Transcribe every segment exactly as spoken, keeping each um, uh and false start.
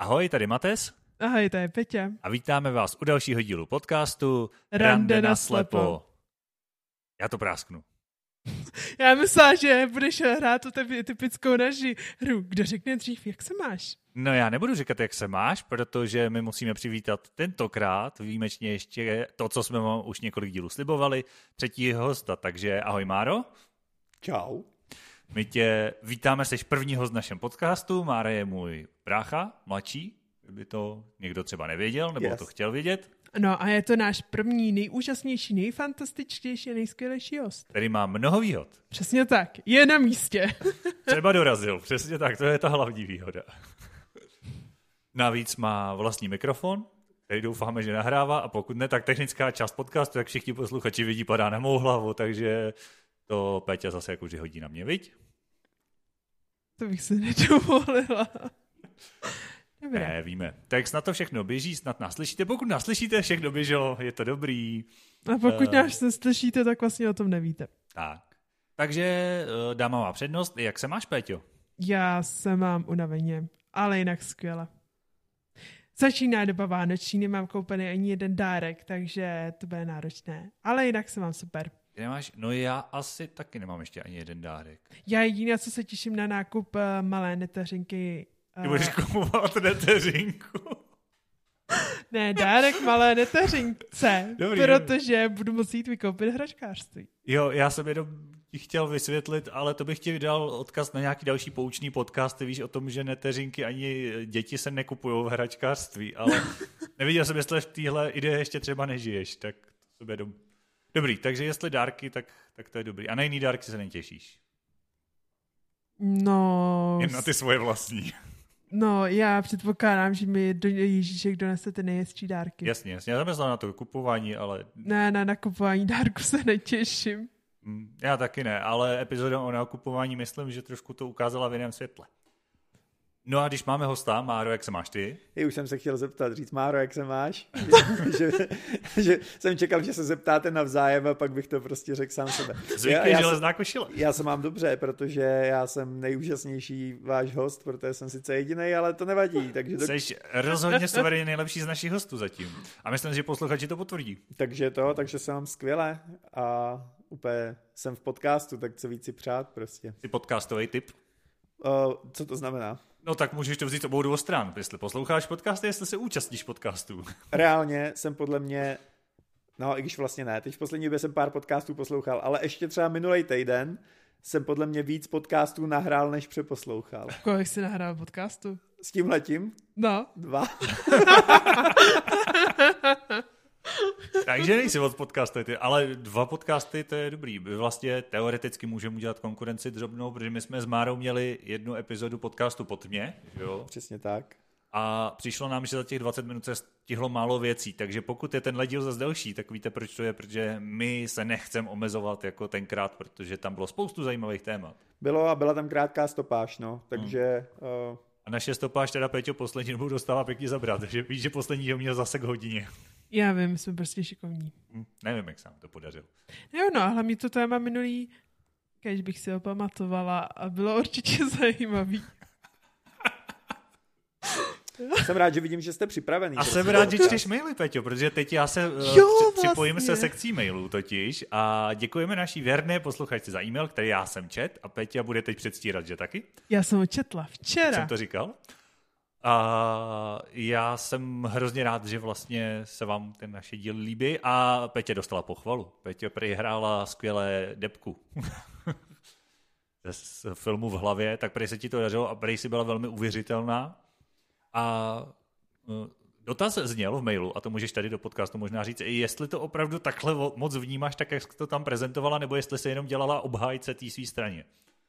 Ahoj, tady Mates. Ahoj, to je Peťa. A vítáme vás u dalšího dílu podcastu Rande na slepo. Já to prásknu. Já myslela, že budeš hrát tu typickou naši hru. Kdo řekne dřív, jak se máš? No já nebudu říkat, jak se máš, protože my musíme přivítat tentokrát výjimečně ještě to, co jsme vám už několik dílů slibovali, třetího hosta. Takže ahoj Máro. Čau. My tě vítáme, jsi první host v našem podcastu. Mára je můj brácha, mladší, kdyby to někdo třeba nevěděl, nebo yes. to chtěl vědět. No a je to náš první, nejúžasnější, nejfantastičtější a nejskvělejší host. Který má mnoho výhod. Přesně tak, je na místě. Třeba dorazil, přesně tak, to je ta hlavní výhoda. Navíc má vlastní mikrofon, který doufáme, že nahrává, a pokud ne, tak technická část podcastu, jak všichni posluchači vidí, padá na mou hlavu, takže to Péťa zase jako vždy hodí na mě, viď? To bych si nedovolila. Dobré. Ne, víme. Tak snad to všechno běží, snad nás slyšíte. Pokud nás slyšíte, všechno běželo, je to dobrý. A pokud uh, nás neslyšíte, tak vlastně o tom nevíte. Tak. Takže uh, dáma má přednost. Jak se máš, Péťo? Já se mám unaveně, ale jinak skvěle. Začíná doba vánoční, nemám koupený ani jeden dárek, takže to bude náročné. Ale jinak se mám super. Nemáš? No já asi taky nemám ještě ani jeden dárek. Já jediné, co se těším na nákup uh, malé neteřinky. Ty budeš kupovat neteřinku. Ne, dárek malé neteřince, Dobrý, protože dobrý. budu moct jít vykoupit hračkářství. Jo, já jsem jenom ti chtěl vysvětlit, ale to bych ti dal odkaz na nějaký další poučný podcast. Ty víš o tom, že neteřinky ani děti se nekupují v hračkářství, ale neviděl jsem, jestli v téhle ideě ještě třeba nežiješ, tak to bude dobrý. Dobrý, takže jestli dárky, tak, tak to je dobrý. A na jiný dárky se netěšíš? No... Jen na ty svoje vlastní. No, já předpokládám, že mi do Ježíšek donese ty nejhezčí dárky. Jasně, jasně. Já zamyslel na to kupování, ale... Ne, na nakupování dárku se netěším. Já taky ne, ale epizoda o nakupování myslím, že trošku to ukázala v jiném světle. No a když máme hosta, Máro, jak se máš ty? Já už jsem se chtěl zeptat, říct, Máro, jak se máš? že, že jsem čekal, že se zeptáte navzájem a pak bych to prostě řekl sám sebe. Zvyklý železná košile. Já se mám dobře, protože já jsem nejúžasnější váš host, protože jsem sice jedinej, ale to nevadí. Takže to... Jsi rozhodně suverénně nejlepší z našich hostů zatím. A myslím, že posluchači to potvrdí. Takže to, takže se mám skvěle a úplně jsem v podcastu, tak co víc si přát prostě. Jsi podcastový typ? Uh, co to znamená? No tak můžeš to vzít z obou dvou stran, jestli posloucháš podcasty, jestli se účastníš podcastů. Reálně jsem podle mě, no i když vlastně ne, teď v poslední době jsem pár podcastů poslouchal, ale ještě třeba minulý týden jsem podle mě víc podcastů nahrál, než přeposlouchal. Kolik jsi nahrál podcastu? S tímhletím? No. Dva. Takže nejsi od podcastu, ale dva podcasty, to je dobrý. My vlastně teoreticky můžeme udělat konkurenci drobnou, protože my jsme s Márou měli jednu epizodu podcastu Pod mě, jo? Přesně tak. A přišlo nám, že za těch dvacet minut se stihlo málo věcí, takže pokud je tenhle díl zase delší, tak víte, proč to je, protože my se nechceme omezovat jako tenkrát, protože tam bylo spoustu zajímavých témat. Bylo a byla tam krátká stopáž, no, takže... Hmm. Uh... A naše stopáž teda, Péťo, poslední dobu dostává pěkně zabrat, takže víš, že poslední díl měl zase k hodině. Já vím, jsme prostě šikovní. Hm, nevím, jak se nám to podařilo. Jo, no, a hlavně to téma minulý, když bych si ho pamatovala, a bylo určitě zajímavý. Jsem rád, že vidím, že jste připravený. A jsem rád, že čteš maily, Peťo, protože teď já se jo, při, připojím vlastně. se sekcí mailů totiž a děkujeme naší věrné posluchačce za e-mail, který já jsem čet, a Peťa bude teď předstírat, že taky? Já jsem ho četla včera. Jak jsem to říkal? A já jsem hrozně rád, že vlastně se vám ten naše díl líbí a Petě dostala pochvalu. Petě prý hrála skvěle debku z filmu V hlavě, tak prý se ti to dařilo a prý si byla velmi uvěřitelná. A dotaz zněl v mailu, a to můžeš tady do podcastu možná říct, jestli to opravdu takhle moc vnímáš, tak jak to tam prezentovala, nebo jestli se jenom dělala obhájce té svý straně.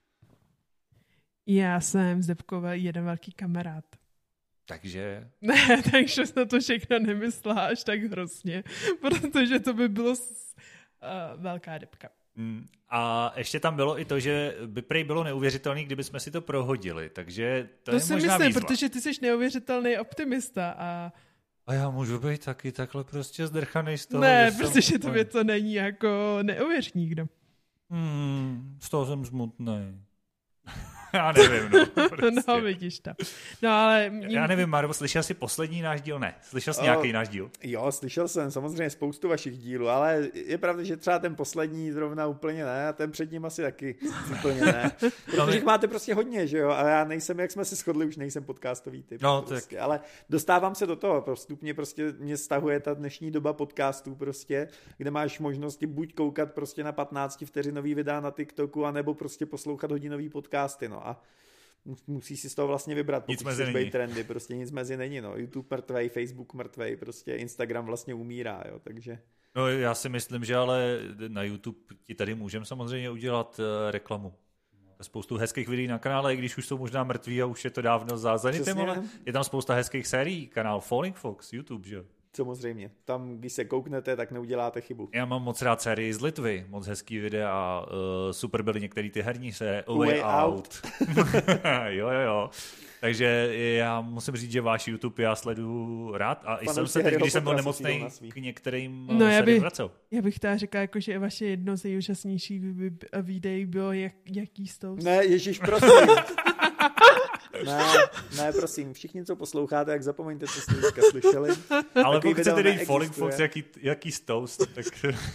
Já jsem s Debkou jeden velký kamarád. Takže... Ne, takže na to všechno nemyslela až tak hrozně, protože to by bylo uh, velká Debka. Mm, a ještě tam bylo i to, že by prej bylo neuvěřitelný, kdyby jsme si to prohodili, takže to, to je si možná myslím, výzva. protože ty jsi neuvěřitelný optimista a... A já můžu být taky takhle prostě zdrchanej z toho, Ne, že protože jsem... to mě to není jako neuvěř nikdo. Hmm, z toho jsem smutnej. Já nevím, no. Prostě. No, vidíš to. No, ale... Mě... Já nevím, Máro, slyšel jsi poslední náš díl? Ne. Slyšel jsi o... nějaký náš díl? Jo, slyšel jsem samozřejmě spoustu vašich dílů, ale je pravda, že třeba ten poslední zrovna úplně ne a ten před ním asi taky úplně ne. Protože no, máte prostě hodně, že jo? A já nejsem, jak jsme si shodli, už nejsem podcastový typ. No, prostě. tak. Ale dostávám se do toho. Postupně prostě mě stahuje ta dnešní doba podcastů prostě, kde máš možnosti buď koukat prostě na patnáct vteřinový videa na TikToku, anebo prostě poslouchat hodinový podcasty, no a musí si z toho vlastně vybrat, pokud chceš být trendy, prostě nic mezi není, no. YouTube mrtvej, Facebook mrtvej, prostě Instagram vlastně umírá, jo, takže... No já si myslím, že ale na YouTube ti tady můžeme samozřejmě udělat uh, reklamu. Spoustu hezkých videí na kanále, i když už jsou možná mrtví a už je to dávno za zenitem, ale je tam spousta hezkých sérií, kanál Falling Fox, YouTube, že jo. Samozřejmě. Tam, když se kouknete, tak neuděláte chybu. Já mám moc rád sérii z Litvy, moc hezký videa, uh, super byly některé ty herní se A Way, Way Out. out. jo, jo, jo. Takže já musím říct, že váš YouTube já sleduju rád a i jsem se teď, když jsem byl nemocnej, k některým no, seriím vracel. Já bych teda řekla, jako, že vaše jedno z nejúžasnějších videí bylo jak, jaký stous. Ne, ježiš, prosím. Ne, ne, prosím, všichni, co posloucháte, jak zapomeňte, co jste teďka slyšeli. Ale pokud chcete dejít Falling Fox, jaký, jaký stous, tak...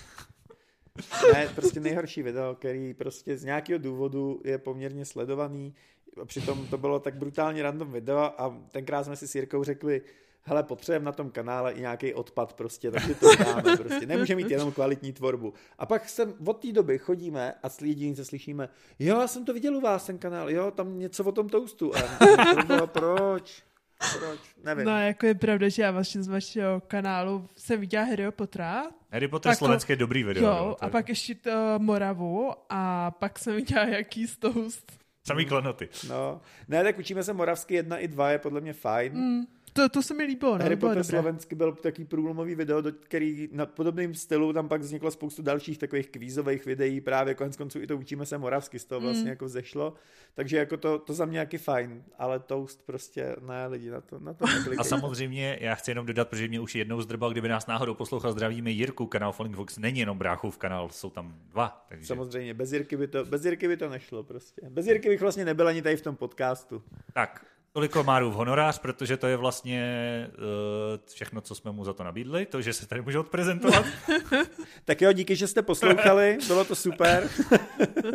Ne, prostě nejhorší video, který prostě z nějakého důvodu je poměrně sledovaný. Přitom to bylo tak brutálně random video a tenkrát jsme si s Jirkou řekli, hele, potřebujeme na tom kanále i nějaký odpad prostě, takže to dáme prostě. Nemůžeme mít jenom kvalitní tvorbu. A pak jsem od té doby chodíme a s lidí se slyšíme, jo, já jsem to viděl u vás, ten kanál, jo, tam něco o tom toustu. A to bylo, proč? Proč? Nevím. No, jako je pravda, že já vlastně z vašeho kanálu jsem viděla Harryho Pottera. Harry Potter slovenské dobrý video. Jo, jo a pak ještě to Moravu a pak jsem viděla jaký toast. Samý klenoty. No, ne, tak učíme se moravsky jedna i dva, je podle mě fajn. Mm, to, to se mi líbilo. No, Harry Potter slovensky byl takový průlomový video, do který na podobném stylu tam pak vzniklo spoustu dalších takových kvízových videí, právě konec konců i to učíme se moravsky, z toho vlastně mm. jako zešlo. Takže jako to, to za mě jaký fajn, ale toast prostě ne, lidi na to, na to neklikejte. A samozřejmě já chci jenom dodat, protože mě už jednou zdrbal, kdyby nás náhodou poslouchal, zdravíme Jirku, kanál Falling Fox není jenom Bráchův kanál, jsou tam dva. Takže... Samozřejmě, bez Jirky by to, bez Jirky by to nešlo prostě. Bez Jirky bych vlastně nebyl ani tady v tom podcastu. Tak. Toliko Márův honorář, protože to je vlastně uh, všechno, co jsme mu za to nabídli, to, že se tady může odprezentovat. Tak jo, díky, že jste poslouchali, bylo to super. uh,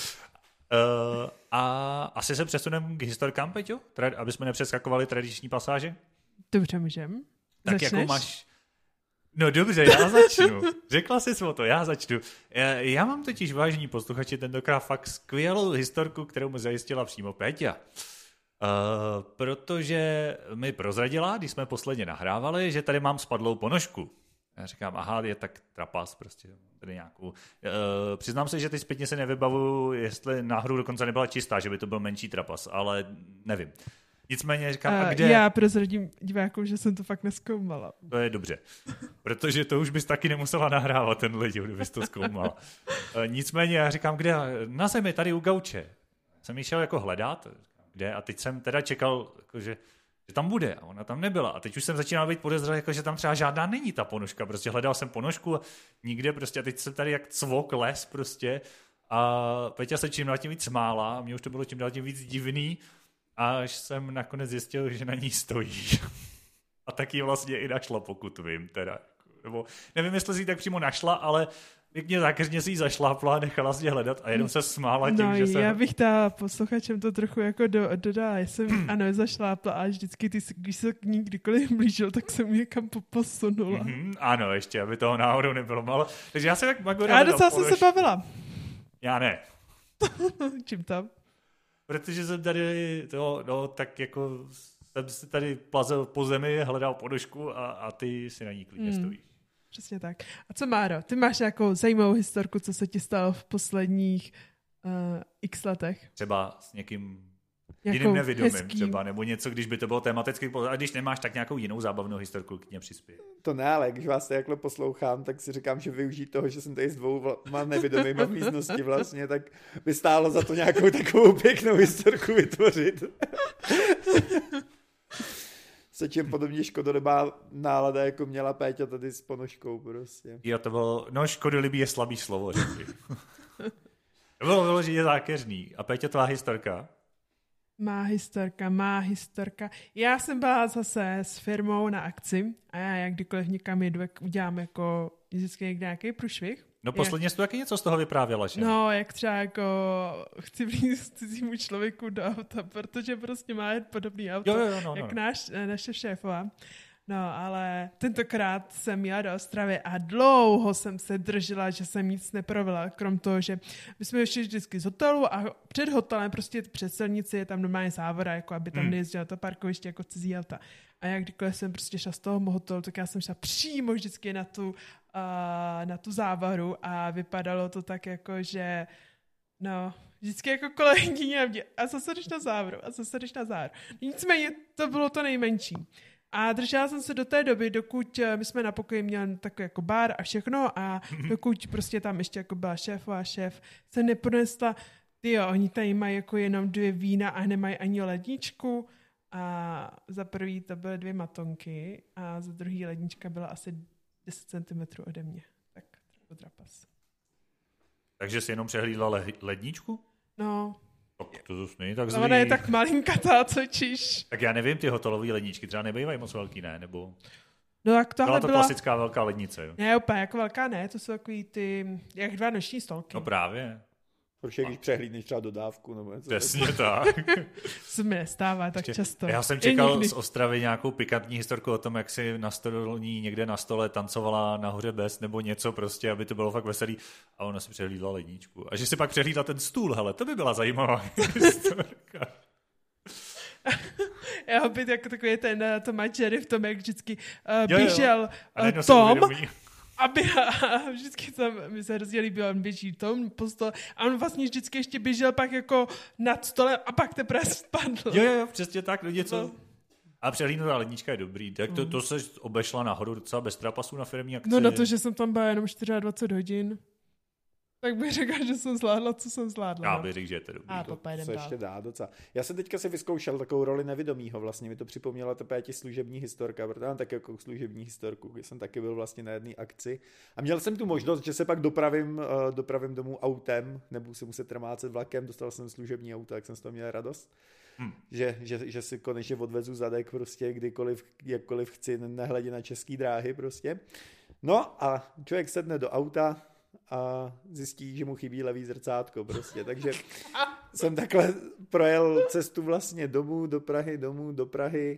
a asi se přesuneme k historkám, Peťo, Tra- aby jsme nepřeskakovali tradiční pasáže. Dobře, můžem. Tak Začneš? jako máš... No dobře, já začnu. Řekla jsi o to, já začnu. Já, já mám totiž, vážení posluchači, tentokrát fakt skvělou historku, kterou mi zajistila přímo Péťa. Uh, protože mi prozradila, když jsme posledně nahrávali, že tady mám spadlou ponožku. Já říkám, aha, je tak trapas prostě. Tady nějakou. Uh, přiznám se, že teď zpětně se nevybavuju, jestli náhodou dokonce nebyla čistá, že by to byl menší trapas, ale nevím. Nicméně říkám, uh, a kde... Já prozradím divákům, že jsem to fakt nezkoumala. To je dobře, protože to už bys taky nemusela nahrávat ten lidi, kdybys to zkoumala. Uh, nicméně já říkám, kde? Na zemi, tady u gauče. Jsem ji šel jako hledat, kde? A teď jsem teda čekal, jako, že, že tam bude a ona tam nebyla. A teď už jsem začínal být podezřelý, jako, že tam třeba žádná není ta ponožka. Prostě hledal jsem ponožku a nikde prostě. A teď jsem tady jak cvok les prostě. A Peťa se čím dál tím víc smála a mě už to bylo čím dál tím víc divný. Až jsem nakonec zjistil, že na ní stojí. A tak ji vlastně i našla, pokud vím. Teda. Nebo nevím, jestli si ji tak přímo našla, ale pěkně zákeřně si ji zašlápla, nechala si hledat a jenom se smála tím, no, že jsem... já bych ta posluchačem to trochu jako do, dodala. Já jsem ano, zašlápla a vždycky, ty, když se k ní kdykoliv blížil, tak jsem ji někam posunula. Mm-hmm, ano, ještě, aby toho náhodou nebylo málo. Takže já jsem jak Magora... Já docela jsem se bavila. Já ne. Čím tam? Protože jsem tady, to, no, tak jako jsem si tady plazel po zemi, hledal ponožku a, a ty si na ní klidně hmm. stojíš. Přesně tak. A co, Máro, ty máš nějakou zajímavou historku, co se ti stalo v posledních uh, x letech? Třeba s někým Jakou jiným nevědomým hezkým. třeba, nebo něco, když by to bylo tematicky, a když nemáš, tak nějakou jinou zábavnou historku k něm přispěje. To ne, ale když vás takhle poslouchám, tak si říkám, že využít toho, že jsem tady s dvouma nevědomýma v místnosti vlastně, tak by stálo za to nějakou takovou pěknou historku vytvořit. Se čím podobně škodolibá nálada, jako měla Péťa tady s ponožkou prostě. Jo, to bylo, no škodolibý je slabý slovo, řekli. To bylo vyloženě zákeřný. A Péťa, tvá historka? Má historka, má historka. Já jsem byla zase s firmou na akci a já jak kdykoliv někam jedu, jak udělám jako vždycky někde nějaký průšvih. No posledně jak... jsi tu taky něco z toho vyprávěla, že? No, jak třeba jako chci vlízt cizímu člověku do auta, protože prostě má podobný auto, jo, jo, no, no, jak no. náš, naše šéfová. No, ale tentokrát jsem jela do Ostravy a dlouho jsem se držela, že jsem nic neprovela, krom toho, že my jsme ještě vždycky z hotelu a před hotelem, prostě před silnici je tam normálně závora, jako aby tam hmm. nejezdila to parkoviště jako cizí auta. A jak kdykoliv jsem prostě šla z toho hotelu, tak já jsem šla přímo vždycky na tu, uh, na tu závaru a vypadalo to tak jako, že no, vždycky jako kolegyně a mě, a zase jdeš na závaru, a zase jdeš na závaru. Nicméně to bylo to nejmenší. A držela jsem se do té doby, dokud my jsme na pokoji měli takový jako bar a všechno a dokud prostě tam ještě jako byla šéfová šéf, se nepronesla, tyjo, oni tady mají jako jenom dvě vína a nemají ani ledničku a za prvý to byly dvě matonky a za druhý lednička byla asi deset centimetrů ode mě. Tak trochu trapas. Takže jsi jenom přehlídla le- ledničku? No. Tak to zase není tak zlý. Ona je tak malinkatá, co čiš. Tak já nevím, ty hotelové ledničky třeba nebývají moc velký, ne? Nebo... No tak tohle byla to byla... klasická velká lednice, jo? Ne, úplně jako velká ne, to jsou takový ty, jak dva noční stolky. No právě. Proč když přehlídneš třeba dodávku nebo něco. Přesně tak. Se mi nestává tak Ještě, často. Já jsem čekal z Ostravy nějakou pikantní historku o tom, jak si na stolní někde na stole tancovala nahoře bez nebo něco prostě, aby to bylo fakt veselý. A ona si přehlídla ledničku. A že si pak přehlídla ten stůl, hele, to by byla zajímavá historka. Já být jako takový ten Tom a Jerry v tom, jak vždycky uh, jo, jo. běžel uh, Tom, aby a vždycky tam mi se hrozně líbilo, on běží Tom po stole a on vlastně vždycky ještě běžel pak jako nad stolem a pak teprve spadl. Jo, jo, přesně tak, no něco. No. A přehlídnutá lednička je dobrý. Tak to, to se obešla nahoru docela bez trapasů na firmní akci. No na to, že jsem tam byla jenom dvacet čtyři hodin. Tak bych řekla, že jsem zvládla, co jsem zvládla. Já bych řekl, že je to dobrý. A to se dál. Ještě dá docela. Já jsem teďka si vyzkoušel takovou roli nevědomýho, vlastně mi to připomněla teprve ti služební historka, protože mám taky jako služební historku, kdy jsem taky byl vlastně na jedné akci a měl jsem tu možnost, že se pak dopravím, uh, dopravím domů autem, nebudu si muset trmácet vlakem, dostal jsem služební auto, tak jsem z toho měl radost. Hmm. Že, že, že si konečně odvezu zadek prostě kdykoliv, jakkoliv chci, nehledě na český dráhy prostě. No a člověk sedne do auta a zjistí, že mu chybí levý zrcátko prostě, takže jsem takhle projel cestu vlastně domů, do Prahy, domů, do Prahy,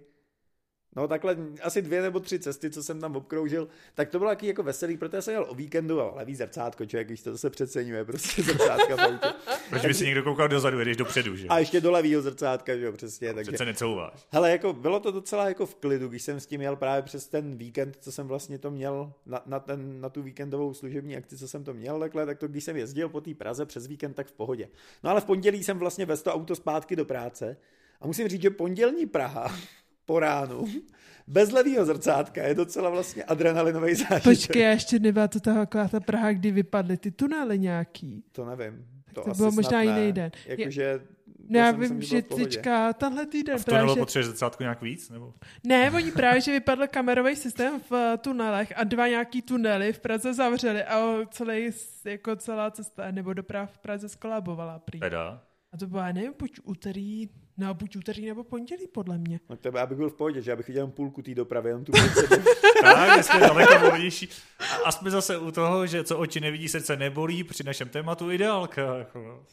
no takhle asi dvě nebo tři cesty, co jsem tam obkroužil, tak to bylo taky jako veselý, protože jsem jel o víkendu a levý zrcátko, člověk, když to se přeceňuje, prostě zrcátka v autě. Proč by si někdo koukal dozadu, jdeš dopředu, že? A ještě do levýho zrcátka, že jo, přesně. Takže... Přece necouváš. Hele, jako bylo to docela jako v klidu, když jsem s tím jel právě přes ten víkend, co jsem vlastně to měl, na, na, ten, na tu víkendovou služební akci, co jsem to měl takhle, tak to když jsem jezdil po té Praze přes víkend, tak v pohodě. No ale v pondělí jsem vlastně vezl to auto zpátky do práce a musím říct, že pondělní Praha po ránu bez levýho zrcátka je docela vlastně adrenalinový zážitek. Počkej, ještě nebyla to taková ta Praha, kdy vypadly ty tunely nějaký. To nevím. To, to asi bylo možná ne. jiný den. Jakože... No já vím, že teďka tenhle týden... A v tunelu potřebuješ zrcátku nějak víc? Nebo? Ne, oni právě, že vypadl kamerový systém v tunelech a dva nějaký tunely v Praze zavřeli a celý, jako celá cesta nebo doprava v Praze skolabovala prý. Teda? A to bylo, nevím, buď úterý, no buď úterý nebo pondělí, podle mě. No tebe, já bych byl v pohodě, že já bych viděl půlku té dopravy, jenom tu tak, jsme daleko volnější. A jsme zase u toho, že co oči nevidí, srdce nebolí, při našem tématu ideálka. Jako.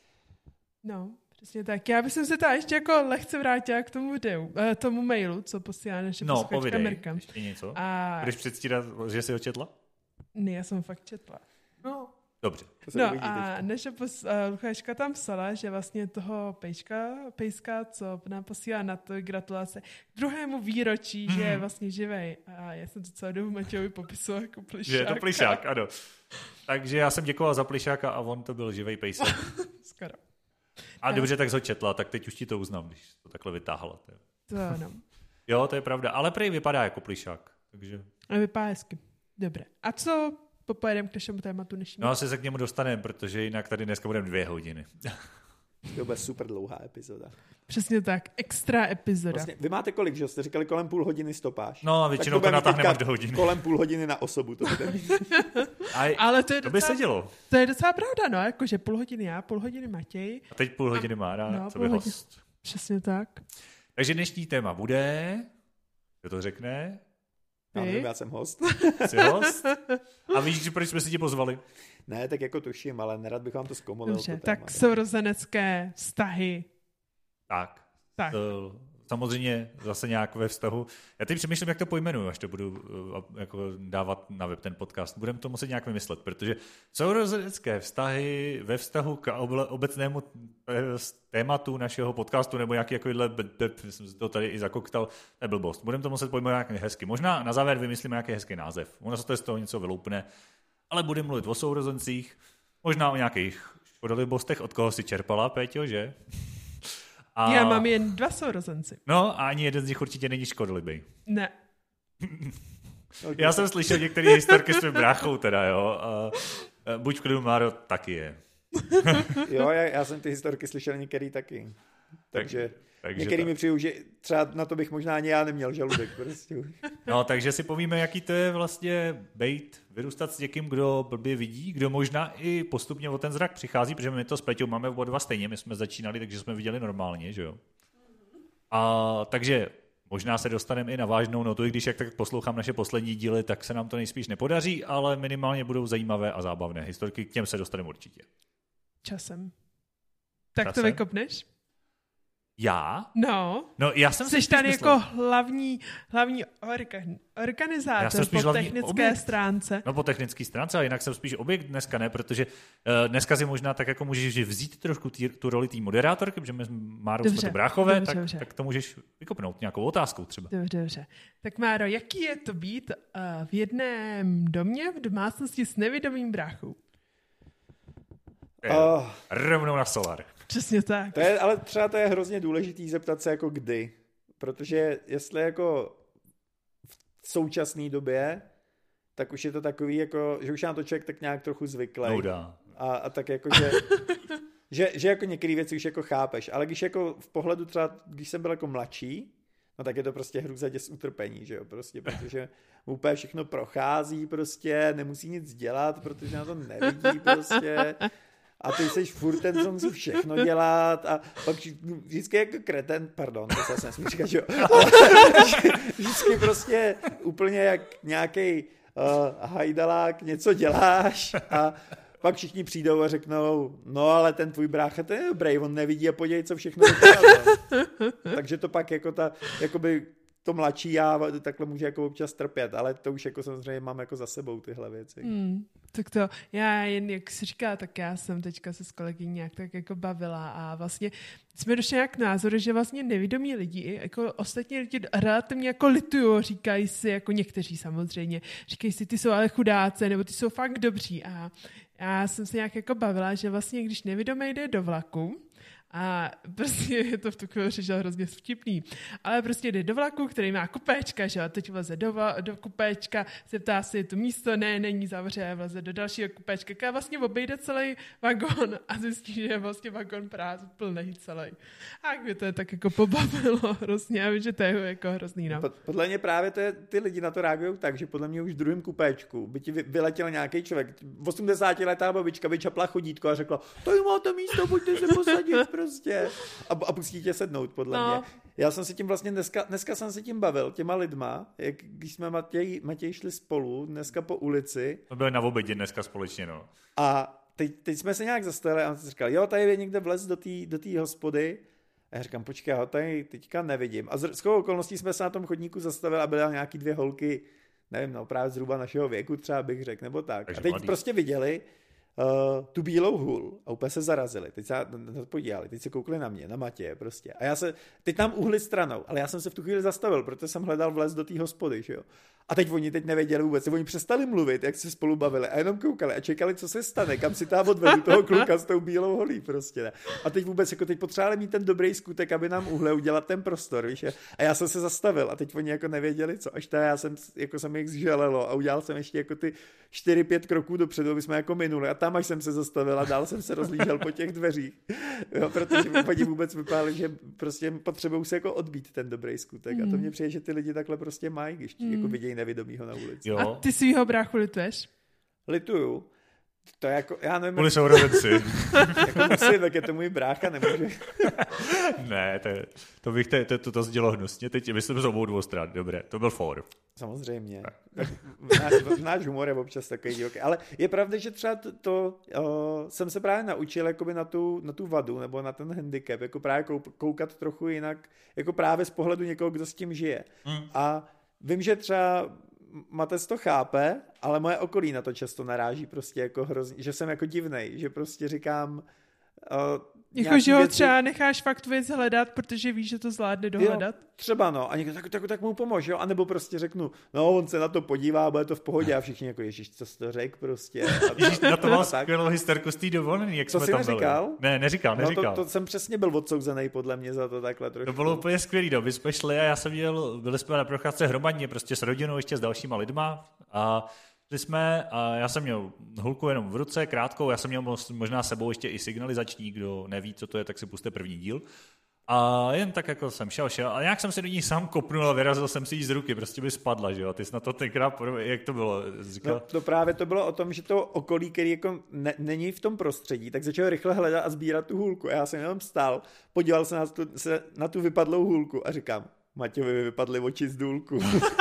No, přesně tak. Já bych se ta ještě jako lehce vrátila k tomu videu, tomu mailu, co posílá naše no, posluchačka Mirka. No, ještě něco. A... Budeš předstírat, že jsi ho četla? Ne, já jsem fakt četla. No. Dobře. No a naše posluchačka tam psala, že vlastně toho pejška, pejska, co nám posílá na to gratulace k druhému výročí, mm. že je vlastně živej. A já jsem to celou dobu Matějovi popisoval jako plišák. Že je to plišák, ano. Takže já jsem děkoval za plišáka a on to byl živej pejsek. Skoro. A no. Dobře, tak ho četla, tak teď už ti to uznám, když to takhle vytáhla. To ano. Jo, to je pravda, ale prej vypadá jako plišák. Takže... A vypadá hezky. Dobré. A co popojedeme k našemu tématu dnešní? No asi se k němu dostaneme, protože jinak tady dneska budeme dvě hodiny. To bude super dlouhá epizoda. Přesně tak, extra epizoda. Vlastně, vy máte kolik, že jste říkali kolem půl hodiny stopáž? No a většinou to, to natáhneme až do hodiny. Kolem půl hodiny na osobu to bude mít. Ale to, je to docela, by se dělo. To je docela pravda, no, jakože půl hodiny já, půl hodiny Matěj. A teď půl hodiny Mára, no, co by host. Přesně tak. Takže dnešní téma bude, kdo to řekne? Já nevím, já jsem host. Jsi host? A víš, proč jsme si tě pozvali? Ne, tak jako tuším, ale nerad bych vám to zkomolil. Dobře, tak sourozenecké vztahy. Tak. Tak. To, samozřejmě zase nějak ve vztahu. Já teď přemýšlím, jak to pojmenuju, až to budu uh, jako dávat na web ten podcast. Budeme to muset nějak vymyslet, protože sourozenecké vztahy ve vztahu k obecnému tématu našeho podcastu nebo nějaký takovýhle, jsem to tady i zakoktal, to je blbost. Budeme to muset pojmenovat nějak hezky. Možná na závěr vymyslíme nějaký hezký název. Ono se to z toho něco vyloupne, ale budeme mluvit o sourozencích, možná o nějakých škodolibostech, od koho si čerpala, Péťo, že? A... Já mám jen dva sourozenci. No a ani jeden z nich určitě není škodolibý. Ne. Okay. Já jsem slyšel některé historky s tvým bráchou teda, jo. A buď v klidu, Máro, taky je. Jo, já, já jsem ty historky slyšel některý taky. Takže, takže některý ta... mi přijdu, že třeba na to bych možná ani já neměl žaludek. Prostě. No, takže si povíme, jaký to je vlastně bejt, vyrůstat s někým, kdo blbě vidí, kdo možná i postupně o ten zrak přichází, protože my to s Peťou máme oba dva stejně, my jsme začínali, takže jsme viděli normálně, že jo. A takže možná se dostaneme i na vážnou notu, i když jak tak poslouchám naše poslední díly, tak se nám to nejspíš nepodaří, ale minimálně budou zajímavé a zábavné historky, k těm se dostaneme určitě. Časem. Tak Časem? to vykopneš? Já? No. No, já jsem Jsi tady myslel. Jako hlavní, hlavní orga- organizátor po technické objekt. stránce. No po technické stránce, ale jinak jsem spíš objekt dneska, ne, protože uh, dneska si možná tak jako můžeš vzít trošku tý, tu roli té moderátorky, protože my s Márou dobře, jsme to bráchové, dobře, tak, dobře. tak to můžeš vykopnout nějakou otázkou třeba. Dobře, dobře. Tak Máro, jaký je to být uh, v jednom domě, v domácnosti s nevidomým bráchou? Oh. Rovnou na solar. Přesně tak. To je, ale třeba to je hrozně důležitý zeptat se jako kdy. Protože jestli jako v současné době, tak už je to takový, jako, že už je na to člověk tak nějak trochu zvyklý. No a, a tak jako, že, že, že jako některé věci už jako chápeš. Ale když jako v pohledu třeba, když jsem byl jako mladší, no tak je to prostě hrůza děs utrpení, že jo, prostě, protože úplně všechno prochází prostě, nemusí nic dělat, protože na to nevidí prostě. A ty jsi furt ten, co musí všechno dělat a pak vždycky jako kreten, pardon, to se asi nesmí říkat, že jo, vždycky prostě úplně jak nějaký uh, hajdalák něco děláš a pak všichni přijdou a řeknou, no ale ten tvůj brácha, ten je dobrý, on nevidí a podívej, co všechno dokázal. Takže to pak jako ta, jakoby to mladší já takhle může jako občas trpět, ale to už jako samozřejmě mám jako za sebou tyhle věci. Hmm, tak to, já jen, jak jsi říká, tak já jsem teďka se s kolegyní nějak tak jako bavila a vlastně jsme došli nějak k názoru, že vlastně nevidomí lidi, jako ostatní lidi relativně jako litují, říkají si, jako někteří samozřejmě, říkají si, ty jsou ale chudáce, nebo ty jsou fakt dobří a já jsem se nějak jako bavila, že vlastně když nevidomý jde do vlaku, a prostě je to v tu chvíli řešil hrozně vtipný. Ale prostě jde do vlaku, který má kupéčka, že jo, teď vleze do, do kupéčka, se ptá si, je tu místo, ne, není zavře, vleze do dalšího kupéčka, a vlastně obejde celý vagon a zjistí, že je vlastně vagon prázdný, plný celý. A jak by to je tak jako pobavilo hrozně, já vím, že to je jako hrozný, no. Podle mě právě to je, ty lidi na to reagují tak, že podle mě už v druhém kupéčku by ti vyletěl nějaký člověk, osmdesátiletá babička by čapla chodítko a řekla, tady máte místo, pojďte se posadit, prostě. A, a pustíte tě sednout, podle no. mě. Já jsem se tím vlastně dneska, dneska jsem se tím bavil, těma lidma, jak když jsme Matěj, Matěj šli spolu dneska po ulici. To byli na obědě dneska společně, no. A teď, teď jsme se nějak zastavili a on si říkal, jo, tady je někde vlez do té do té hospody. A já říkám, počkej, já ho tady teďka nevidím. A z shodou okolností jsme se na tom chodníku zastavili a byly nějaký dvě holky, nevím, no právě zhruba našeho věku třeba bych řekl, nebo tak. Takže a teď mladý. Prostě viděli Uh, tu bílou hůl a úplně se zarazili. Teď se na to podívali, teď se koukli na mě, na Matěje prostě. A já se, teď tam uhli stranou, ale já jsem se v tu chvíli zastavil, protože jsem hledal vlez do té hospody, že jo. A teď oni teď nevěděli vůbec, oni přestali mluvit, jak se spolu bavili a jenom koukali a čekali, co se stane, kam si tam odvedu toho kluka s tou bílou holí prostě. Ne? A teď vůbec jako teď potřebovali mít ten dobrý skutek, aby nám uhle udělat ten prostor, víš. A já jsem se zastavil a teď oni jako nevěděli, co. Až teda já jsem jako jsem jich zželelo a udělal jsem ještě jako ty čtyři pět kroků dopředu, aby jsme jako minuli. A tam až jsem se zastavil a dál jsem se rozlížel po těch dveřích. Jo, protože oni vůbec vypadali, že prostě potřebují se jako odbít ten dobrý skutek. Mm. A to mě přijde, že ty lidi takhle prostě mají, když mm. jako vidějí nevidomýho na ulici. Jo. A ty svýho bráchu lituješ? Lituju. To je jako, já nevím. Kvůli sourozenci. Jako musím, tak je to můj brácha, nemůže. Ne, to, to bych to, to, to, to sdělo hnusně. Teď myslím z obou dvou stran. Dobré, to byl for. Samozřejmě. Náš, náš humor je občas takový divoký. Ale je pravda, že třeba to, to uh, jsem se právě naučil jakoby na, tu, na tu vadu nebo na ten handicap, jako právě koukat trochu jinak, jako právě z pohledu někoho, kdo s tím žije. Hmm. A vím, že třeba Matec to chápe, ale moje okolí na to často naráží prostě jako hrozně, že jsem jako divnej, že prostě říkám uh, jako, že ho věci... třeba necháš fakt věc hledat, protože víš, že to zvládne dohledat? Jo, třeba no, a někdo tak, tak, tak mu pomož, jo, anebo prostě řeknu, no, on se na to podívá, bude to v pohodě a všichni jako, ježiš, co jsi to řekl prostě. A ježiš, na to mal skvělou historku z té dovolený, jak co jsme jsi tam neříkal? byli. Ne, neříkal, neříkal. No to, to jsem přesně byl odsouzený podle mě za to takhle trošku. To bylo úplně skvělý, no, my jsme šli a já jsem měl, byli jsme na procházce hromadně, prostě s rodinou, ještě s dalšíma lidma a šli jsme a já jsem měl hulku jenom v ruce, krátkou, já jsem měl možná sebou ještě i signalizační, kdo neví, co to je, tak si puste první díl. A jen tak jako jsem šel, šel a nějak jsem se do ní sám kopnul a vyrazil jsem si jí z ruky, prostě by spadla, že jo, ty jsi na to tenkrát, jak to bylo? Říkal... No, to právě to bylo o tom, že to okolí, který jako ne, není v tom prostředí, tak začal rychle hledat a sbírat tu hůlku. A já jsem jenom stál, podíval se na tu, se na tu vypadlou hůlku a říkám, Maťovi vypadly oči z důlku.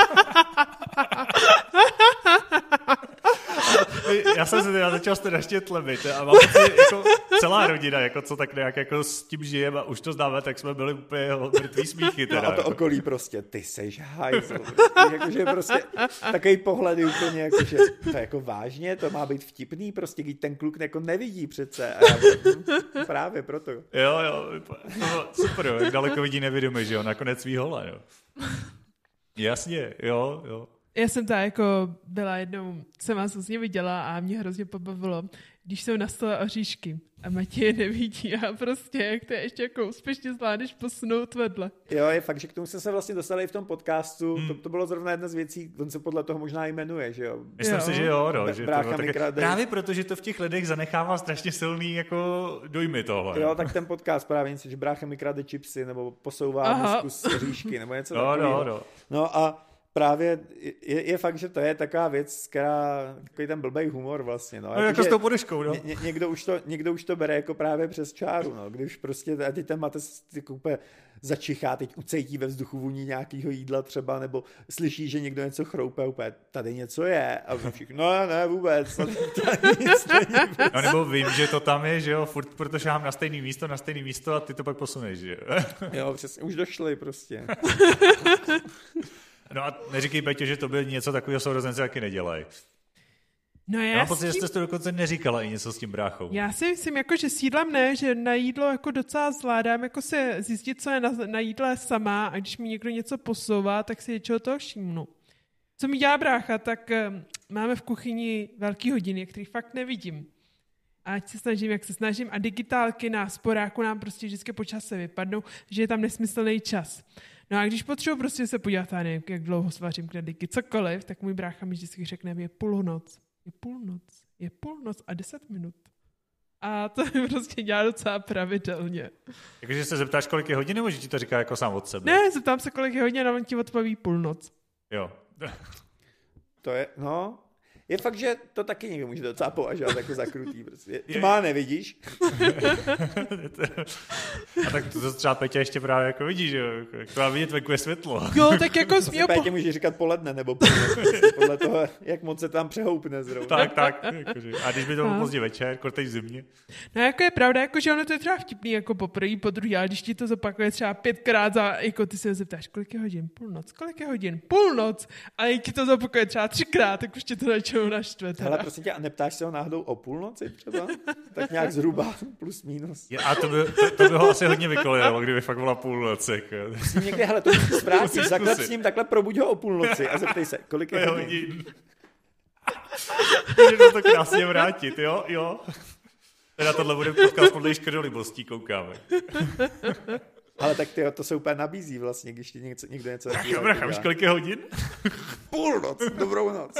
Já jsem se teda začal strašně tlebit a mám pocit, jako celá rodina, jako co tak nějak jako s tím žijeme a už to známe, tak jsme byli úplně mrtví smíchy. Teda, no a to jako. Okolí prostě, ty seš hajzl. Prostě, jakože prostě takový pohled je úplně jakože, to jako vážně, to má být vtipný, prostě když ten kluk jako nevidí přece. A já, hm, právě proto. Jo, jo, no, super, jo, jak daleko vidí nevědomý, že jo, nakonec svý hola, jo. Jasně, jo, jo. Já jsem ta jako byla jednou, jsem vás vlastně viděla a mě hrozně pobavilo, když jsou na stole oříšky a Matěj je nevidí a prostě jak to je ještě jako úspěšně zvládneš posunout vedle. Jo, je fakt, že k tomu jsme se vlastně dostali i v tom podcastu, hmm. to, to bylo zrovna jedna z věcí, on se podle toho možná jmenuje, že jo? Myslím jo. si, že jo, no, že Brácha to mi také, krade. právě protože to v těch lidech zanechává strašně silný jako dojmy tohle. Jo, tak ten podcast právě něco, že brácha mi krade chipsy nebo posouvá misku z oříšky nebo něco no, takového. No, no. no a právě je, je fakt, že to je taková věc, která, takový ten blbej humor vlastně. No, no jako s tou podeškou, no. Ně, někdo, už to, někdo už to bere jako právě přes čáru, no. Když prostě, a teď ten Matec úplně začichá, teď ucejtí ve vzduchu vůni nějakého jídla třeba, nebo slyší, že někdo něco chroupe, úplně, tady něco je. A všichni, no ne, vůbec, tady, tady nic není. No nebo vím, že to tam je, že jo, furt protože mám na stejné místo, na stejné místo a ty to pak posuneš, že jo. Jo, přesně, už došli prostě. No a neříkej, Peťo, že to by něco takového sourozenci taky nedělají. No já, já mám pocit, tím... že jste to dokonce neříkala i něco s tím bráchou. Já si myslím, jako, že s jídlem ne, že na jídlo jako docela zvládám jako se zjistit, co je na, na jídle sama a když mi někdo něco posouvá, tak si něčeho toho všimnu. Co mi dělá brácha, tak um, máme v kuchyni velký hodiny, který fakt nevidím. A ať se snažím, jak se snažím a digitálky na sporáku nám prostě vždycky po čase vypadnou, že je tam nesmyslný čas. No a když potřebuji prostě se podívat, já nevím, jak dlouho svařím knedlíky, cokoliv, tak můj brácha mi vždycky řekne, je půlnoc, je půlnoc, je půlnoc a deset minut. A to mi prostě dělá docela pravidelně. Takže se zeptáš, kolik je hodin, nebo že ti to říká jako sám od sebe? Ne, zeptám se, kolik je hodin a on ti odpoví půlnoc. Jo. To je, no... Je fakt, že to taky někdo může docela považovat jako zakrutý. Prostě. Tma nevidíš. A tak to třeba Peťa ještě právě jako vidí, že jo? Jak to má vidět, venku je světlo. Jo, tak jako jsi měl... Pétě může říkat poledne nebo půlnoc. Podle toho, jak moc se tam přehoupne zrovna. Tak, tak. Jakože. A když by to bylo pozdě večer, kortej v zimě. No jako je pravda, jako, že ono to je třeba vtipný jako po první, po druhý, ale když ti to zopakuje třeba pětkrát za, jako ty se zeptáš, kolik je hodin? Půlnoc. Kolik je hodin? Půlnoc. A jak ti to zopakuje třeba třikrát, tak už ti to začalo naštvat. Ale prosím tě, a neptáš se ho náhodou o půlnoci třeba? Tak nějak zhruba, plus minus. Je, a to by, to, to by ho asi hodně vykolejilo, kdyby fakt byla půlnoc. Jako. S ním někde, hele, to musíš vrátit, zaklep s ním, takhle probuď ho o půlnoci a zeptej se, kolik je hodin. hodin. Můžeme to krásně vrátit, jo, jo. Teda tohle bude podcast podle škodolibostí, koukáme. Ale tak tyjo, to se úplně nabízí vlastně, když ti někdo, někdo něco... Bracha, bracha, víš, kolik je hodin? Půlnoc, dobrou noc.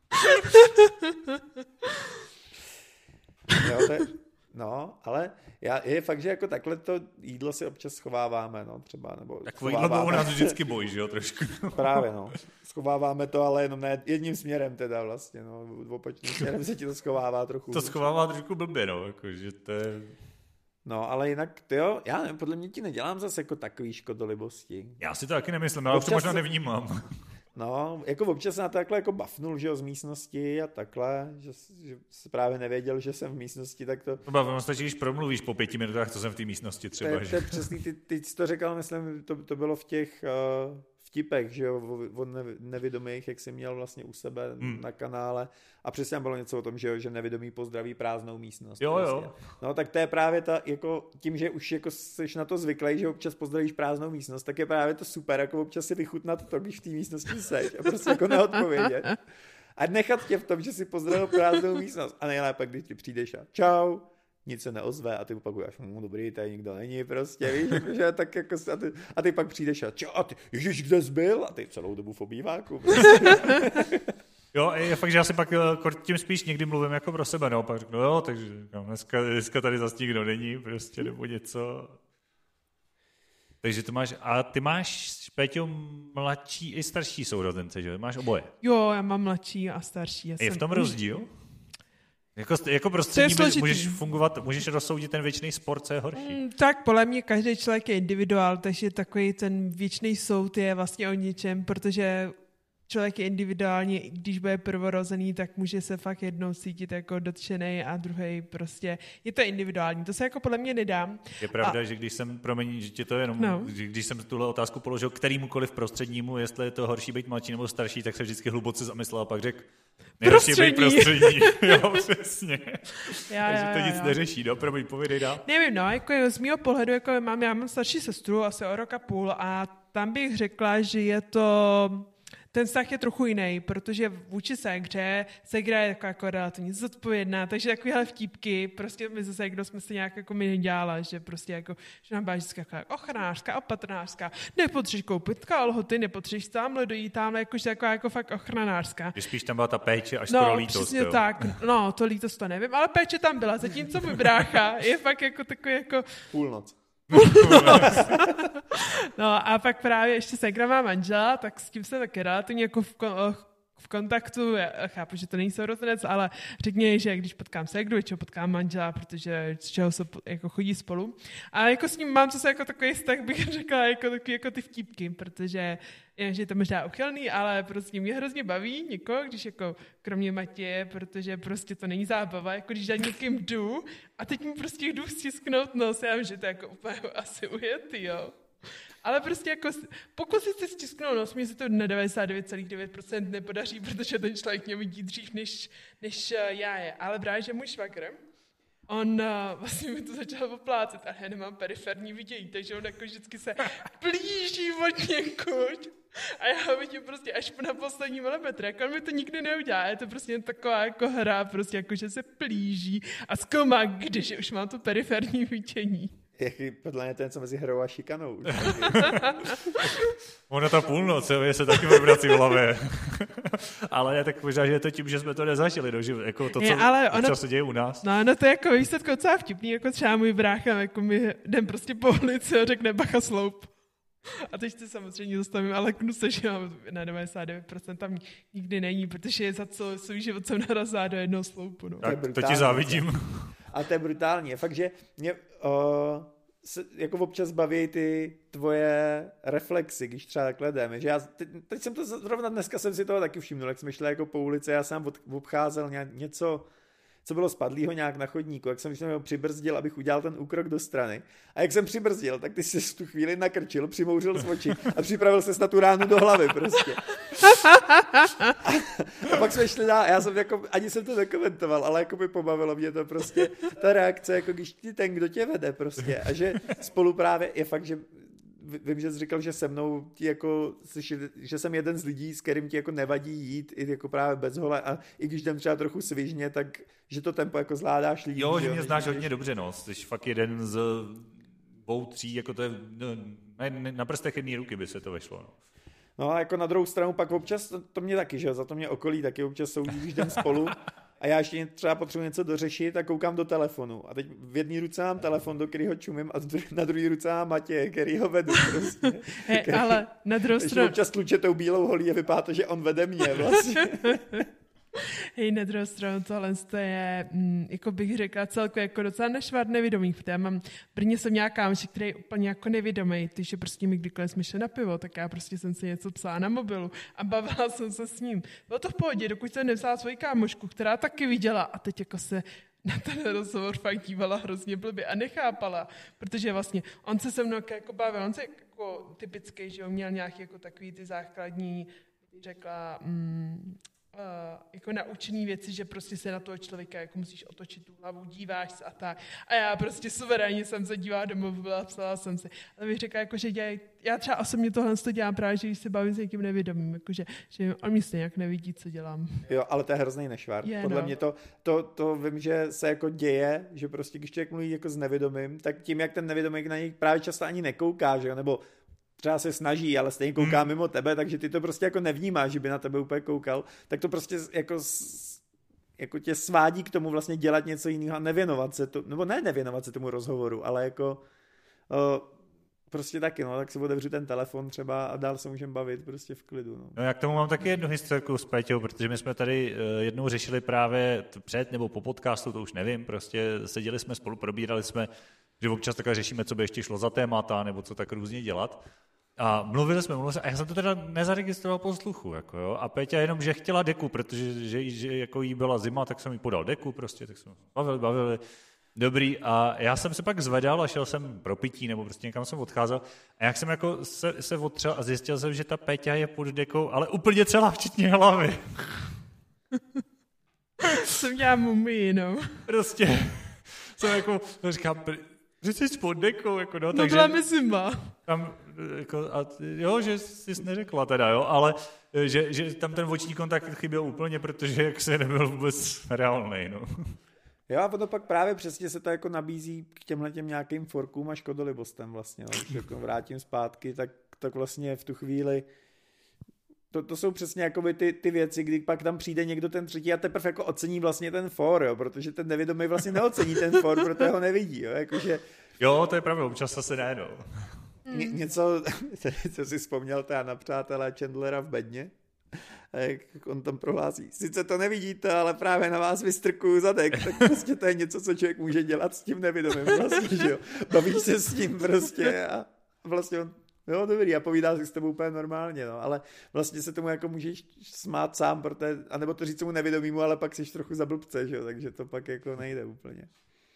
Jo, to je, no, ale já já, je fakt, že jako takhle to jídlo si občas schováváme, no, třeba, nebo takové jídlo bylo u nás vždycky bojí, že jo, trošku. Právě, no. Schováváme to, ale jenom ne jedním směrem teda vlastně, no, opačným směrem se ti to schovává trochu. To schovává trošku blbě, no, jakože to je... No, ale jinak, tyjo, já nevím, podle mě ti nedělám zase jako takový škodolibosti. Já si to taky nemyslím, ale už to možná nevnímám. No, jako občas na to takhle jako bafnul, že jo, z místnosti a takhle, že, že jsi právě nevěděl, že jsem v místnosti, tak to... No bavím, stačí, když promluvíš po pěti minutách, co jsem v té místnosti třeba. To je, to je přesný, ty, ty jsi to říkal, myslím, to, to bylo v těch uh, vtipech, že jo, od nevědomých, jak jsi měl vlastně u sebe hmm. na kanále a přesně bylo něco o tom, že jo, že nevědomý pozdraví prázdnou místnost. Jo, prostě. jo. No, tak to je právě ta, jako tím, že už jako jsi na to zvyklý, že občas pozdravíš prázdnou místnost, tak je právě to super, jako občas si vychutnat to, když v té místnosti seš a prostě jako neodpovědět. A nechat tě v tom, že si pozdravil prázdnou místnost a nejlépe, když ti přijdeš a čau, nic se neozve a ty opakuješ, hm, dobrý, tady nikdo není prostě, víš, jakože tak jako, a ty, a ty pak přijdeš a čau, a ty, ježiš, kde jsi byl? A ty celou dobu v obýváku. Prostě. Jo, je fakt, že já si pak tím spíš někdy mluvím jako pro sebe, no, pak řeknu, jo, takže dneska, dneska tady zase nikdo není, prostě, nebo něco. Takže to máš, a ty máš, Péťo, mladší i starší sourozence, že? Máš oboje. Jo, já mám mladší a starší. Já je jsem... v tom rozdíl? Jako, jako prostředí můžeš fungovat, můžeš rozsoudit ten věčný sport, co je horší. Mm, tak podle mě každý člověk je individuál, takže takový ten věčný soud je vlastně o ničem, protože člověk je individuální, i když bude prvorozený, tak může se fakt jednou cítit jako dotčený a druhý prostě, je to individuální, to se jako podle mě nedá. Je pravda, a... že když jsem, promiň, že ti to jenom, no. když jsem tuhle otázku položil kterýmukoliv prostřednímu, jestli je to horší být mladší nebo starší, tak se vždycky hluboce zamyslel a pak řekl, nejhorší být prostřední. Jo, přesně. Já, Takže já, to já, nic já. neřeší, no, promiň, povědej dál. Nevím, no, jako z mýho pohledu, jako mám, já mám starší sestru, asi o rok a půl a tam bych řekla, že je to... Ten vztah je trochu jiný, protože vůči ségře ségra je jako, jako relativně zodpovědná, takže takovéhle vtípky, prostě my se ségrou jsme se nějak jako mi nedělala, že prostě jako, že nám byla vždycky jako ochranářská, opatrnářská, nepotřeš koupit kalhoty, nepotřeš tamhle dojít, tamhle jakože jako, jako fakt ochranářská. Je spíš tam byla ta péče až no, skoro lítost. No, přesně jo. tak, no, to lítost to nevím, ale péče tam byla, zatímco můj brácha je fakt jako takový jako... Půlnoc. No a pak právě ještě ségra má manžela, tak s tím se taky relativně jako v, v kontaktu, já chápu, že to není sourozenec, ale řekni, že když potkám ségru, většinou potkám manžela, protože z čeho se jako chodí spolu. A jako s ním mám zase jako takový vztah, bych řekla, jako takový jako ty vtípky, protože je, že je to možná uchylný, ale prostě mě hrozně baví někoho, když jako kromě Matěje, protože prostě to není zábava, jako když za někým jdu a teď mu prostě jdu stisknout nos, já vím, že to je jako úplně asi ujetý, jo. Ale prostě jako pokusit se stisknout nos, mě se to na devadesát devět celá devět procent nepodaří, protože ten člověk mě vidí dřív, než, než já je. Ale právě, že můj švagr, on uh, vlastně mi to začal oplácet, ale já nemám periferní vidění, takže on jako vždycky se blíží od někud. A já ho vidím prostě až na poslední milimetr, jako on mi to nikdy neudělá, je to prostě jen taková jako hra, prostě jako, že se plíží a zkoumá, když už mám to periferní vidění. Jaký podle mě ten, co mezi hrou a šikanou. Ono ta půlnoc, je se taky vybrací v hlavě. Ale je tak možná, že je to tím, že jsme to nezažili do života, jako to, co je, ale ono, se děje u nás. No, no to je jako výsledko docela vtipný, jako třeba můj brácha, jako mi jdem prostě po ulici a řekne bacha sloup. A teď se samozřejmě zastavím, ale knu se, že mám na devadesát devět procent tam nikdy není, protože za celý svůj život jsem narazila do jednoho sloupu. No. Tak to ti závidím. A to je brutální. Je fakt, že mě uh, se, jako občas baví ty tvoje reflexy, když třeba takhle jdeme. Že já, teď, teď jsem to zrovna dneska jsem si toho taky všimnul, jak jsme šli jako po ulici, já jsem obcházel ně, něco, co bylo spadlýho nějak na chodníku, jak jsem ho přibrzdil, abych udělal ten úkrok do strany. A jak jsem přibrzdil, tak ty jsi v tu chvíli nakrčil, přimouřil z očí a připravil ses na tu ránu do hlavy prostě. A, a pak jsme šli dál, já jsem jako, ani jsem to nekomentoval, ale jako by pobavilo mě to prostě, ta reakce, jako když ty ten, kdo tě vede prostě. A že spolu právě je fakt, že vím, že jsi říkal, že se mnou ti jako, že jsem jeden z lidí, s kterým ti jako nevadí jít i jako právě bez hole a i když jdem třeba trochu svižně, tak že to tempo jako zvládáš líp. Jo, že mě znáš hodně dobře, no. Jsi fakt jeden z dvou, tří, jako to je, no, na prstech jedné ruky by se to vešlo, no. No a jako na druhou stranu pak občas, to, to mě taky, že za to mě okolí taky občas soudí, když jdem spolu. A a já ještě třeba potřebuji něco dořešit a koukám do telefonu. A teď v jedné ruce mám telefon, do kterého čumím a na druhé ruce mám Matěje, který ho vedu prostě. Hey, který, ale na druhou stranu... občas tluče tou bílou holí a vypadá to, že on vede mě vlastně. Hej, na druhou stranu tohle je, mm, jako bych řekla, celkově jako docela nešvar nevědomý, protože já mám, v Brně jsem nějaká kámoš, který je úplně jako nevědomý, když je prostě mi kdykoliv jsme šli na pivo, tak já prostě jsem si něco psala na mobilu a bavila jsem se s ním. Bylo to v pohodě, dokud jsem nevzala svoji kámošku, která taky viděla a teď jako se na ten rozhovor fakt dívala hrozně blbě a nechápala, protože vlastně on se se mnou jako bavil, on se jako typický, že on měl nějaký jako takový ty základní, řekla, mm, Uh, jako naučený věci, že prostě se na toho člověka jako musíš otočit tu hlavu, díváš se a tak. A já prostě suverénně jsem se dívala domů, byla, psala jsem si. Ale bych řekla, jako, že dělaj, já třeba osobně tohle to dělám právě, že když se bavím s někým nevědomým, jakože, že on mi stejně jak nevidí, co dělám. Jo, ale to je hrozný nešvar. Je, Podle no. mě to, to, to vím, že se jako děje, že prostě když člověk mluví jako s nevědomým, tak tím, jak ten nevědomý na něj právě často ani nekouká, že jo, nebo třeba se snaží, ale stejně kouká hmm. mimo tebe, takže ty to prostě jako nevnímáš, že by na tebe úplně koukal, tak to prostě jako, jako tě svádí k tomu vlastně dělat něco jiného a nevěnovat se to, nebo ne nevěnovat se tomu rozhovoru, ale jako o, prostě taky, no, tak si otevřu ten telefon třeba a dál se můžeme bavit prostě v klidu. No, no já k tomu mám taky jednu historku s Péťou, protože my jsme tady jednou řešili právě před nebo po podcastu, to už nevím, prostě seděli jsme spolu, probírali jsme, že občas takhle řešíme, co by ještě šlo za témata, nebo co tak různě dělat. A mluvili jsme, mluvili jsme, a já jsem to teda nezaregistroval po sluchu, jako jo, a Péťa jenom, že chtěla deku, protože že, že jako jí byla zima, tak jsem jí podal deku prostě, tak jsme bavili, bavili, dobrý, a já jsem se pak zvedal a šel jsem pro pití, nebo prostě někam jsem odcházel, a jak jsem jako se, se otřel a zjistil jsem, že ta Péťa je pod dekou, ale úplně celá, včetně hlavy. Jsem dělám mumii, no. Prostě jsem jako, říkám, že jsi pod dekou, jako no, no takže... byla mi zima. Tam, jako, a, jo, že jsi neřekla teda, jo, ale že, že tam ten oční kontakt chyběl úplně, protože jak se nebyl vůbec reálnej, no. Jo, a potom pak právě přesně se to jako nabízí k těmhletěm nějakým forkům a škodolibostem vlastně, no. Když jako vrátím zpátky, tak, tak vlastně v tu chvíli to, to jsou přesně jakoby ty, ty věci, kdy pak tam přijde někdo ten třetí a teprve jako ocení vlastně ten for, jo, protože ten nevědomý vlastně neocení ten for, protože ho nevidí, jo, jakože... Jo, to je pravda, občas se ne, no. Ně, něco, co si vzpomněl teda na přátelé Chandlera v bedně, a jak on tam prohlásí, sice to nevidíte, ale právě na vás vystrkuju zadek, tak prostě to je něco, co člověk může dělat s tím nevědomým vlastně, že jo. Bavíš se s tím prostě a vlastně on, jo, dobrý, a povídá si s tebou úplně normálně, no, ale vlastně se tomu jako můžeš smát sám, protože, anebo to říct tomu nevědomímu, ale pak jsi trochu za blbce, že jo, takže to pak jako nejde úplně.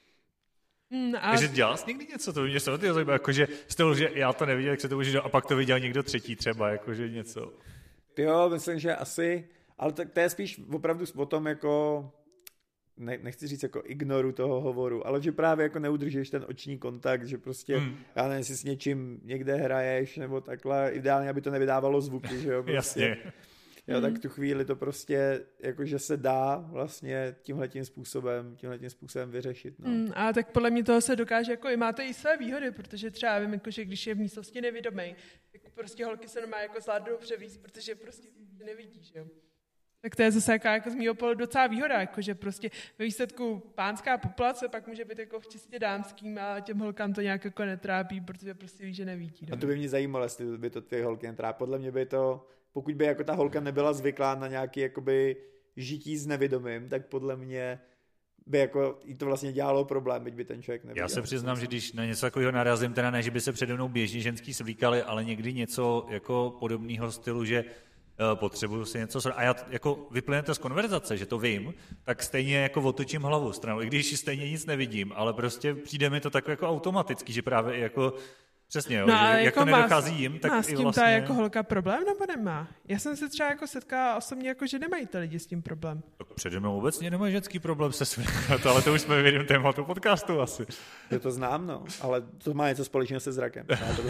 Mm, a... Takže dělal jsi někdy něco, to by mě samotného zajímá, jakože z toho, že já to neviděl, jak se to může dělat, a pak to viděl někdo třetí třeba, jakože něco. Jo, myslím, že asi, ale tak to je spíš opravdu o tom jako, ne, nechci říct jako ignoru toho hovoru, ale že právě jako neudržíš ten oční kontakt, že prostě, hmm. já nevím, jestli s něčím někde hraješ, nebo takhle, ideálně, aby to nevydávalo zvuky, že jo. Prostě. Jasně. Jo, tak v tu chvíli to prostě, jakože se dá vlastně tímhletím způsobem, tímhletím způsobem vyřešit. No. Mm, a tak podle mě toho se dokáže, jako i máte i své výhody, protože třeba vím, jako, že když je v místnosti nevědomý, tak prostě holky se normálně jako zvládnou převízt, protože prostě nevidíš, jo. Tak to je zase jaká, jako z mýho pohledu docela výhoda, jako, že prostě ve výsledku pánská populace pak může být jako v čistě dámským a těm holkám to nějak jako netrápí, protože prostě ví, že nevidí. No. A to by mě zajímalo, jestli by to ty holky netrápí. Podle mě by to, pokud by jako ta holka nebyla zvyklá na nějaký jakoby žití s nevědomým, tak podle mě by jako jí to vlastně dělalo problém, byť by ten člověk neviděl. Já se přiznám, že když na něco takového narazím, teda ne, že by se přede mnou běžně ženský svlíkali, ale někdy něco jako podobného stylu, že potřebuju si něco, a já jako vyplyne to z konverzace, že to vím, tak stejně jako otočím hlavu stranou, i když stejně nic nevidím, ale prostě přijde mi to tak jako automaticky, že právě jako přesně, jo, no, že jak jako to nedochází jim, tak má s tím i vlastně... ta jako holka problém, nebo nemá? Já jsem se třeba jako setkala osobně, jako, že nemají ty lidi s tím problém. Tak přede mnou obecně nemají ženský problém se svým, ale to už jsme v jednom tématu podcastu asi. Já to znám, no, ale to má něco společného se zrakem.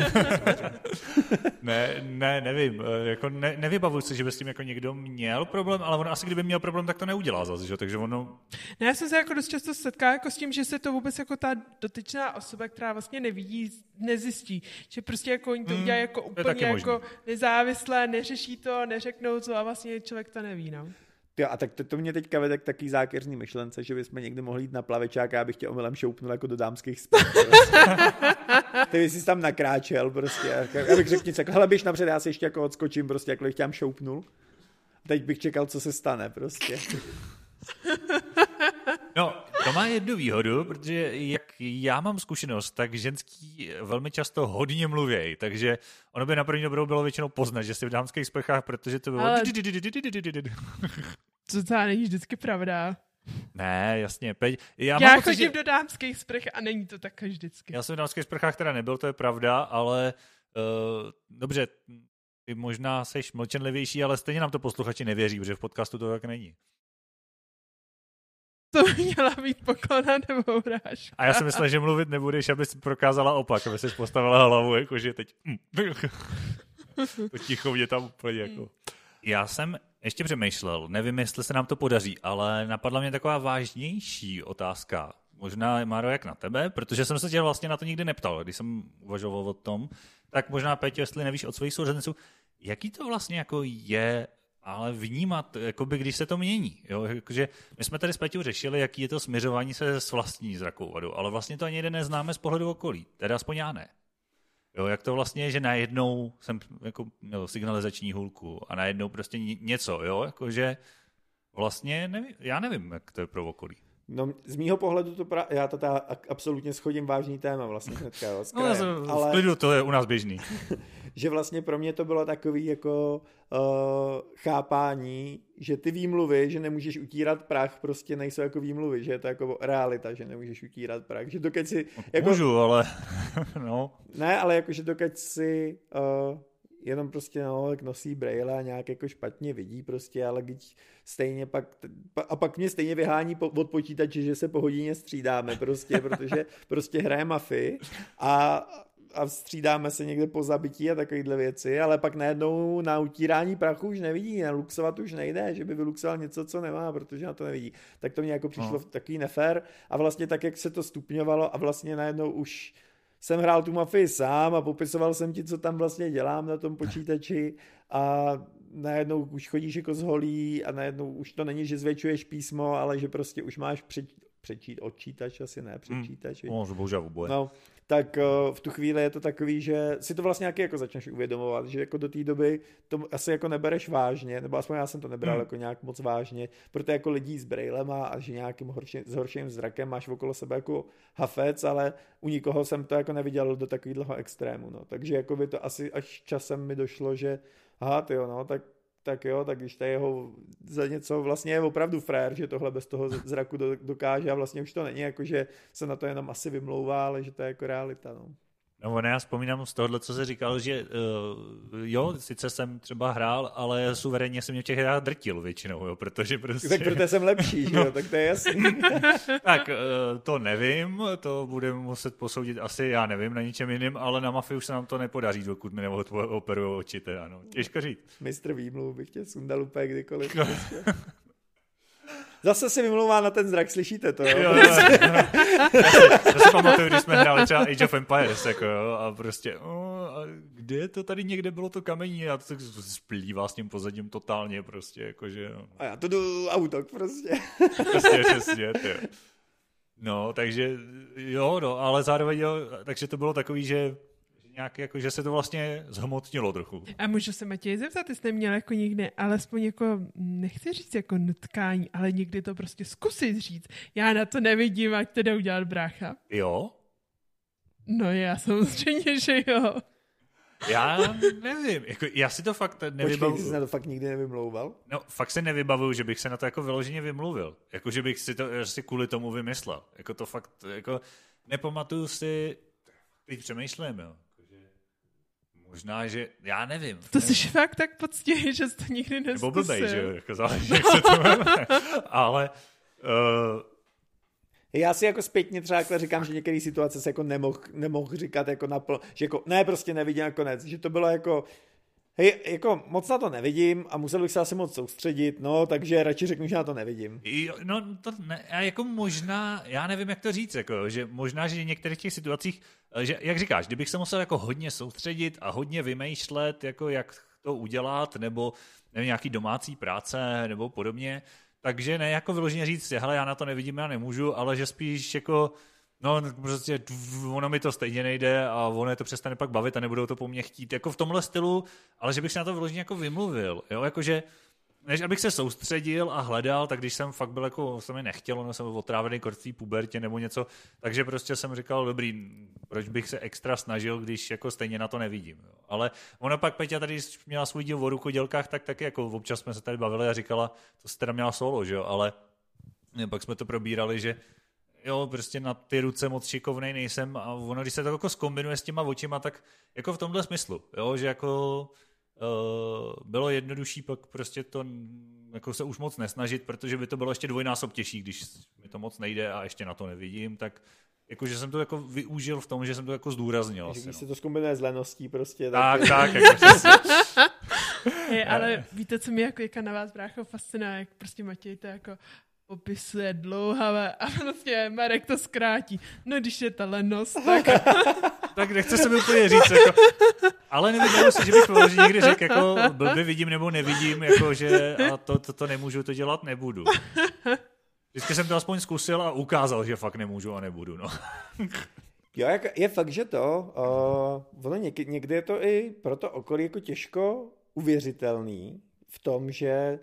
ne, ne, nevím, jako ne, nevybavuji si, že by s tím jako někdo měl problém, ale on asi kdyby měl problém, tak to neudělá zase, že? Takže ono... Ne, já jsem se jako dost často setkala jako s tím, že se to vůbec jako ta dotyčná osoba, která vlastně nevidí, nezjistí, že prostě jako oni to hmm, udělají jako úplně jako nezávislé, neřeší to, neřeknou to a vlastně člověk to neví, no. Ty, a tak to, to mě teďka vede k takový zákeřný myšlence, že bychom někdy mohli jít na plavečák a já bych tě omylem šoupnul jako do dámských spin. Prostě. Ty bys si tam nakráčel prostě. Já bych řekl něco, hele běž napřed, já si ještě jako odskočím prostě, jako bych tě tam šoupnul. Teď bych čekal, co se stane prostě. No, to má jednu výhodu, protože jak já mám zkušenost, tak ženský velmi často hodně mluvějí, takže ono by na první dobrou bylo většinou poznat, že jsi v dámských sprchách, protože to bylo... Ale... Co to není vždycky pravda. Ne, jasně. Peť, já já mám chodím pocit, do dámských sprch a není to tak vždycky. Já jsem v dámských sprchách teda nebyl, to je pravda, ale uh, dobře, ty možná seš mlčenlivější, ale stejně nám to posluchači nevěří, protože v podcastu to tak není. To by měla být poklona nebo urážka. A já si myslím, že mluvit nebudeš, aby si prokázala opak, aby si postavila hlavu, jakože teď... to ticho mě tam úplně jako... Já jsem ještě přemýšlel, nevím, jestli se nám to podaří, ale napadla mě taková vážnější otázka. Možná, Máro, jak na tebe, protože jsem se tě vlastně na to nikdy neptal, když jsem uvažoval o tom. Tak možná, Péťo, jestli nevíš od svých sourozenců, jaký to vlastně jako je, ale vnímat, jakoby, když se to mění. Jo? Jakože my jsme tady s Péťou řešili, jaký je to směřování se s vlastní zrakovou vadou, ale vlastně to ani jeden neznáme z pohledu okolí, teda aspoň já ne. Jo, jak to vlastně je, že najednou jsem jako měl signalizační hůlku a najednou prostě něco, jo, jakože vlastně nevím, já nevím, jak to je pro okolí. No, z mýho pohledu to pra... já to tá absolutně schodím vážný téma vlastně hnedka, jo, s krajem, no, ale... v klidu, to je u nás běžný. Že vlastně pro mě to bylo takový jako uh, chápání, že ty výmluvy, že nemůžeš utírat prach, prostě nejsou jako výmluvy, že je to jako realita, že nemůžeš utírat prach, že dokud si... Jako... Můžu, ale no. Ne, ale jakože dokud si... Uh, jenom prostě no, jak nosí brejle a nějak jako špatně vidí prostě, ale když stejně pak, a pak mě stejně vyhání po, od počítače, že se po hodině střídáme prostě, protože prostě hraje mafii a, a střídáme se někde po zabití a takovýhle věci, ale pak najednou na utírání prachu už nevidí, na luxovat už nejde, že by vyluxoval něco, co nemá, protože na to nevidí. Tak to mě jako přišlo no. takový nefér a vlastně tak, jak se to stupňovalo a vlastně najednou už jsem hrál tu mafii sám a popisoval jsem ti, co tam vlastně dělám na tom počítači a najednou už chodíš jako z holí a najednou už to není, že zvětšuješ písmo, ale že prostě už máš před, přečít, odčítač, asi ne, přečítač. Hmm. No, bohužel oboje. No, tak uh, v tu chvíli je to takový, že si to vlastně nějaký jako začneš uvědomovat, že jako do té doby to asi jako nebereš vážně, nebo aspoň já jsem to nebral hmm. jako nějak moc vážně, protože jako lidí s brejlema a že nějakým horší, zhoršeným zrakem máš okolo sebe jako hafec, ale u nikoho jsem to jako neviděl do takového extrému, no. Takže jako by to asi až časem mi došlo, že aha, tyjo, no, tak tak jo, tak když to jeho za něco vlastně je opravdu frér, že tohle bez toho zraku dokáže a vlastně už to není jako, že se na to jenom asi vymlouvá, ale že to je jako realita, no. No, ne, já vzpomínám z tohohle, co jsi říkal, že uh, jo, sice jsem třeba hrál, ale suverénně jsem mě v těch hrách drtil většinou, jo, protože prostě... Tak proto jsem lepší, že jo, tak to je jasný. Tak uh, to nevím, to budeme muset posoudit asi, já nevím, na ničem jiným, ale na mafii už se nám to nepodaří, dokud mi neoperují oči, teda, no. Těžko říct. Mistr výmluv bych tě sundal úplně kdykoliv. Zase si vymlouvá na ten zrak, slyšíte to, jo? jo, jo, jo. Já si pamatuju, když jsme hráli třeba Age of Empires, jako jo, a prostě, o, a kde to tady někde bylo to kamení a to splývá s tím pozadím totálně prostě, jakože, no. A já to jdu autok prostě. Prostě, přesně, ty. No, takže, jo, no, ale zároveň, jo, takže to bylo takový, že nějak jako, že se to vlastně zhmotnilo trochu. A můžu se Matěj zeptat, jestli neměl jako někde, alespoň jako, nechci říct jako nutkání, ale někdy to prostě zkusit říct. Já na to nevidím, ať to jde udělat brácha. Jo? No já samozřejmě, že jo. Já nevím, jako já si to fakt nevybavuju. Počkej, jsi na to fakt nikdy nevymlouval? No, fakt se nevybavuju, že bych se na to jako vyloženě vymluvil. Jako, že bych si to asi kvůli tomu vymyslel. Jako to fakt, jako nepamatuju si, teď přemýšlím, jo. Možná, že, já nevím. To jsi fakt tak poctivý, že jsi to nikdy neskusil. Nebo blbej, že jo, jako záleží, jak se to jmenuje. Ale... Uh... Já si jako zpětně třeba říkám, že některé situace se jako nemohl, nemohl říkat jako napl, že jako ne, prostě nevidím na konec, že to bylo jako hej, jako moc na to nevidím a musel bych se asi moc soustředit, no, takže radši řeknu, že na to nevidím. Jo, no, to ne, a jako možná, já nevím, jak to říct, jako, že možná, že v některých těch situacích, že, jak říkáš, kdybych se musel jako hodně soustředit a hodně vymýšlet, jako jak to udělat, nebo nevím, nějaký domácí práce, nebo podobně. Takže ne jako vyloženě říct, hele, já na to nevidím, já nemůžu, ale že spíš jako, no prostě ono mi to stejně nejde a ono je to přestane pak bavit a nebudou to po mně chtít. Jako v tomhle stylu, ale že bych se na to vyloženě jako vymluvil, jo, jakože než abych se soustředil a hledal, tak když jsem fakt byl jako, jsem mi nechtěl, ono jsem byl otrávený korcí pubertě nebo něco, takže prostě jsem říkal, dobrý, proč bych se extra snažil, když jako stejně na to nevidím. Jo. Ale ona pak Peťa tady měla svůj díl o rukodělkách, tak taky jako občas jsme se tady bavili a říkala, to jsi teda měla solo, že jo, ale pak jsme to probírali, že jo, prostě na ty ruce moc šikovnej nejsem a ono, když se to jako zkombinuje s těma očima, tak jako v tomhle smyslu, jo, že jako Uh, bylo jednodušší pak prostě to jako se už moc nesnažit, protože by to bylo ještě dvojnásob těžší, když mi to moc nejde a ještě na to nevidím, tak jakože jsem to jako využil v tom, že jsem to jako zdůraznil. Když asi, se no. to zkombinuje s leností prostě. Tak, tak, tak, jako přesně. Je, ale víte, co mě jako jaka na vás, brácho, fascinuje, jak prostě Matěj to jako opisuje dlouhavé a vlastně Marek to zkrátí. No když je ta lenost, tak... Tak nechce se mi úplně říct, jako, ale nevědělo si, že bych vyloženě někdy řekl, jako blbě vidím nebo nevidím, jako, že a to, to, to nemůžu, to dělat nebudu. Vždycky jsem to aspoň zkusil a ukázal, že fakt nemůžu a nebudu, no. Jo, jak, je fakt, že to, uh, ono někdy, někdy je to i pro to okolí jako těžko uvěřitelný v tom, že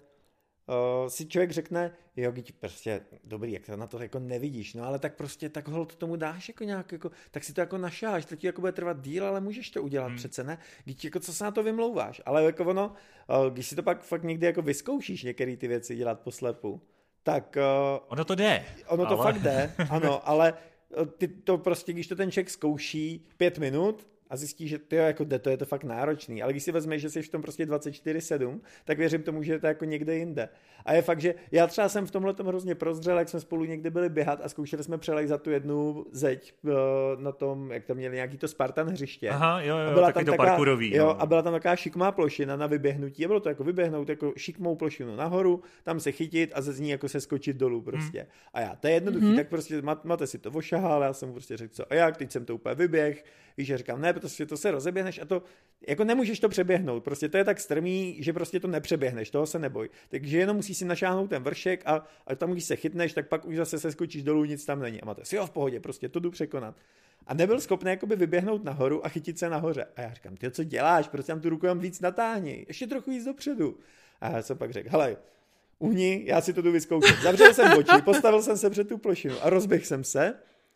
uh, si člověk řekne, jo, když prostě, dobrý, jak to na to jako nevidíš, no ale tak prostě tak holt tomu dáš jako nějak, jako, tak si to jako našáš, to ti jako bude trvat díl, ale můžeš to udělat hmm. přece, ne? Když jako co se na to vymlouváš, ale jako ono, uh, když si to pak fakt někdy jako vyzkoušíš některé ty věci dělat poslepu, tak... Uh, ono to jde. Ono ale... to fakt jde, ano, ale ty to prostě, když to ten člověk zkouší pět minut a zjistí, že tyjo, jako jde, to je to fakt náročný, ale když si vezmeš, že jsi v tom prostě dvacet čtyři sedm, tak věřím tomu, že je to jako někde jinde. A je fakt, že já třeba jsem v tomhle tom hrozně prozřel, jak jsme spolu někdy byli běhat a zkoušeli jsme přelejzat tu jednu zeď na tom, jak tam měli nějaký to Spartan hřiště. Aha, jo, jo, byla taky tam to taká, parkourový. Jo, no. a byla tam taková šikmá plošina na vyběhnutí a bylo to jako vyběhnout jako šikmou plošinu nahoru, tam se chytit a ze z ní jako se skočit dolů prostě. Hmm. A já, to je jednoduchý, hmm. tak prostě máte si to ošahal, já jsem mu prostě řekl, co a jak, teď jsem to úplně vyběh, víš, že říkám, ne, protože to se rozeběhneš a to, jako nemůžeš to přeběhnout, prostě to je tak strmý, že prostě to nepřeběhneš, toho se neboj. Takže jenom musíš si našáhnout ten vršek a, a tam, když se chytneš, tak pak už zase se skočíš dolů, nic tam není. A máte si jo, v pohodě, prostě to jdu překonat. A nebyl schopný jakoby vyběhnout nahoru a chytit se nahoře. A já říkám, ty co děláš, prostě tam tu ruku jen víc natáhni, ještě trochu víc dopředu. A já jsem pak řekl, hele, uhni, já si to jdu vyzkoušet. Zavřel jsem oči, postavil jsem se před tu plošinu a rozběhl jsem se.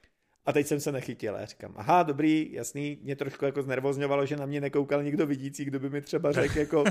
A teď jsem se nechytil. Já říkám, aha, dobrý, jasný, mě trošku jako znervozňovalo, že na mě nekoukal nikdo vidící, kdo by mi třeba řekl jako,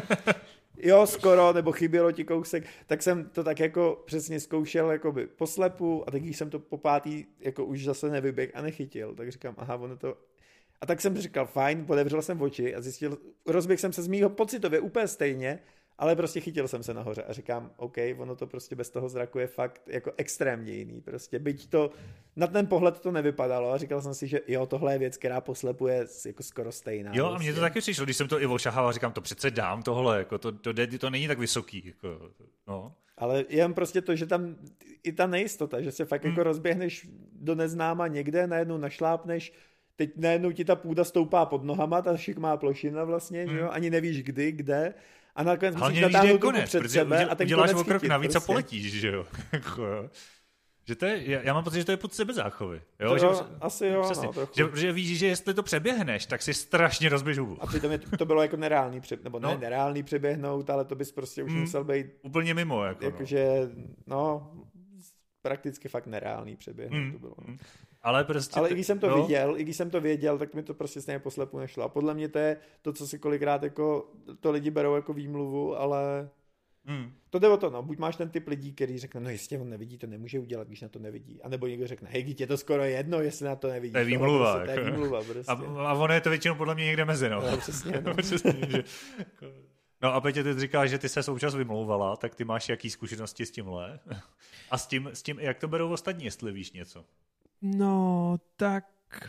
jo, skoro, nebo chybělo ti kousek, tak jsem to tak jako přesně zkoušel jakoby poslepu a teď, když jsem to po pátý jako už zase nevyběh a nechytil, tak říkám, aha, ono to... A tak jsem říkal, fajn, podevřel jsem oči a zjistil, rozběh jsem se z mýho pocitově úplně stejně, ale prostě chytil jsem se nahoře a říkám, OK, ono to prostě bez toho zraku je fakt jako extrémně jiný. Prostě byť to, na ten pohled to nevypadalo a říkal jsem si, že jo, tohle je věc, která poslepuje jako skoro stejná. Jo, prostě. a mně to taky přišlo, když jsem to i ošahal a říkám, to přece dám tohle, jako to, to, to, to není tak vysoký. Jako, no. Ale jen prostě to, že tam i ta nejistota, že se fakt hmm. jako rozběhneš do neznáma někde, najednou našlápneš, teď najednou ti ta půda stoupá pod nohama, ta šikmá plošina vlastně, hmm. že jo, ani nevíš kdy, kde. A nakonec musíš natáhnout ruku před sebe a ten uděláš konec o krok chytit, navíc prostě. a poletíš, že jo. Že to je, já mám pocit, že to je pod sebe záchovy. Jo, to že, jo, asi jo, přesně, no, trochu. že, že víš, že jestli to přeběhneš, tak si strašně rozbiješ hubu. A přitom je, to bylo jako nereálný, pře, nebo no. ne nereálný přeběhnout, ale to bys prostě už mm, musel být... Úplně mimo, jako. Jakože, no, prakticky fakt nereálný přeběhnout mm, to bylo. No. Ale prostě... Ale t- i když jsem to no. viděl, i když jsem to věděl, tak mi to prostě stejně poslepu nešlo. A podle mě to je to, co si kolikrát jako, to lidi berou jako výmluvu, ale... Hmm. To jde o to, no, buď máš ten typ lidí, který řekne, no jistě on nevidí, to nemůže udělat, když na to nevidí. A nebo někdo řekne, hej, je to skoro jedno, jestli na to nevidíš. To je výmluva. Prostě, jako. To je výmluva prostě. A, a ono je to většinou podle mě někde mezi, no. no přesně, no. přesně že, no a Petě, ty říkáš, že ty se součas vymlouvala, tak ty máš jaký zkušenosti s tímhle? A s tím, s tím, jak to berou ostatní, jestli víš něco? No, tak...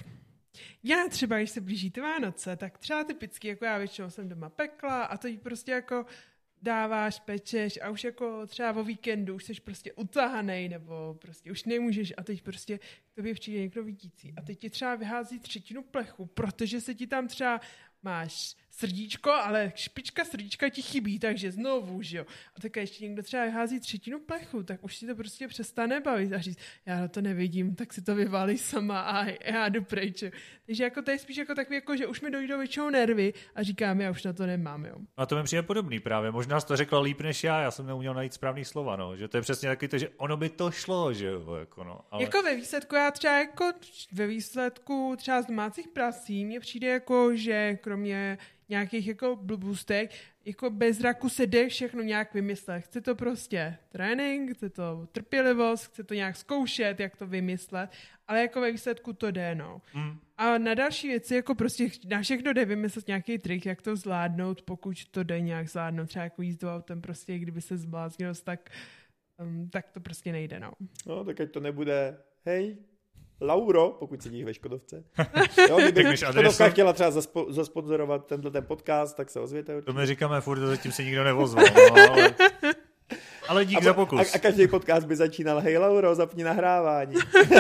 Já třeba, když se blíží ty Vánoce, tak třeba typicky, jako já většinou jsem doma pekla a to jí prostě jako dáváš, pečeš a už jako třeba o víkendu už jsi prostě utahanej nebo prostě už nemůžeš a teď prostě k tobě přijde někdo vidící a teď ti třeba vyhází třetinu plechu, protože se ti tam třeba máš srdíčko, ale špička srdíčka ti chybí, takže znovu, že jo. A tak ještě někdo třeba hází třetinu plechu, tak už si to prostě přestane bavit a říct, já to nevidím, tak si to vyválí sama a já jdu pryč. Takže jako to je spíš jako takový, jako, že už mi dojdou většinou nervy a říkám, já už na to nemám, jo. A to mi přijde podobný právě. Možná jsi to řekla líp než já, já jsem neuměl najít správný slova, no. Že to je přesně takový to, že ono by to šlo, že jo, jako no. Ale... Jako ve výsledku, já třeba jako ve výsledku třeba z domácích prací mně přijde jako, že kromě nějakých jako blbůstek, jako bez zraku se jde všechno nějak vymyslet. Chce to prostě trénink, chce to trpělivost, chce to nějak zkoušet, jak to vymyslet, ale jako ve výsledku to jde, no. Mm. A na další věci, jako prostě na všechno jde vymyslet nějaký trik, jak to zvládnout, pokud to jde nějak zvládnout, třeba jako jízdu autem, prostě kdyby se zbláznil, tak, um, tak to prostě nejde, no. No, tak ať to nebude, hej, Lauro, pokud sedíš ve Škodovce. Jo, kdyby Škodovka chtěla třeba zaspo, zasponzorovat tenhle ten podcast, tak se ozvěte určitě. To my říkáme furt, zatím se nikdo nevozval. No, ale... ale dík a, za pokus. A, a každý podcast by začínal, hej Lauro, zapni nahrávání.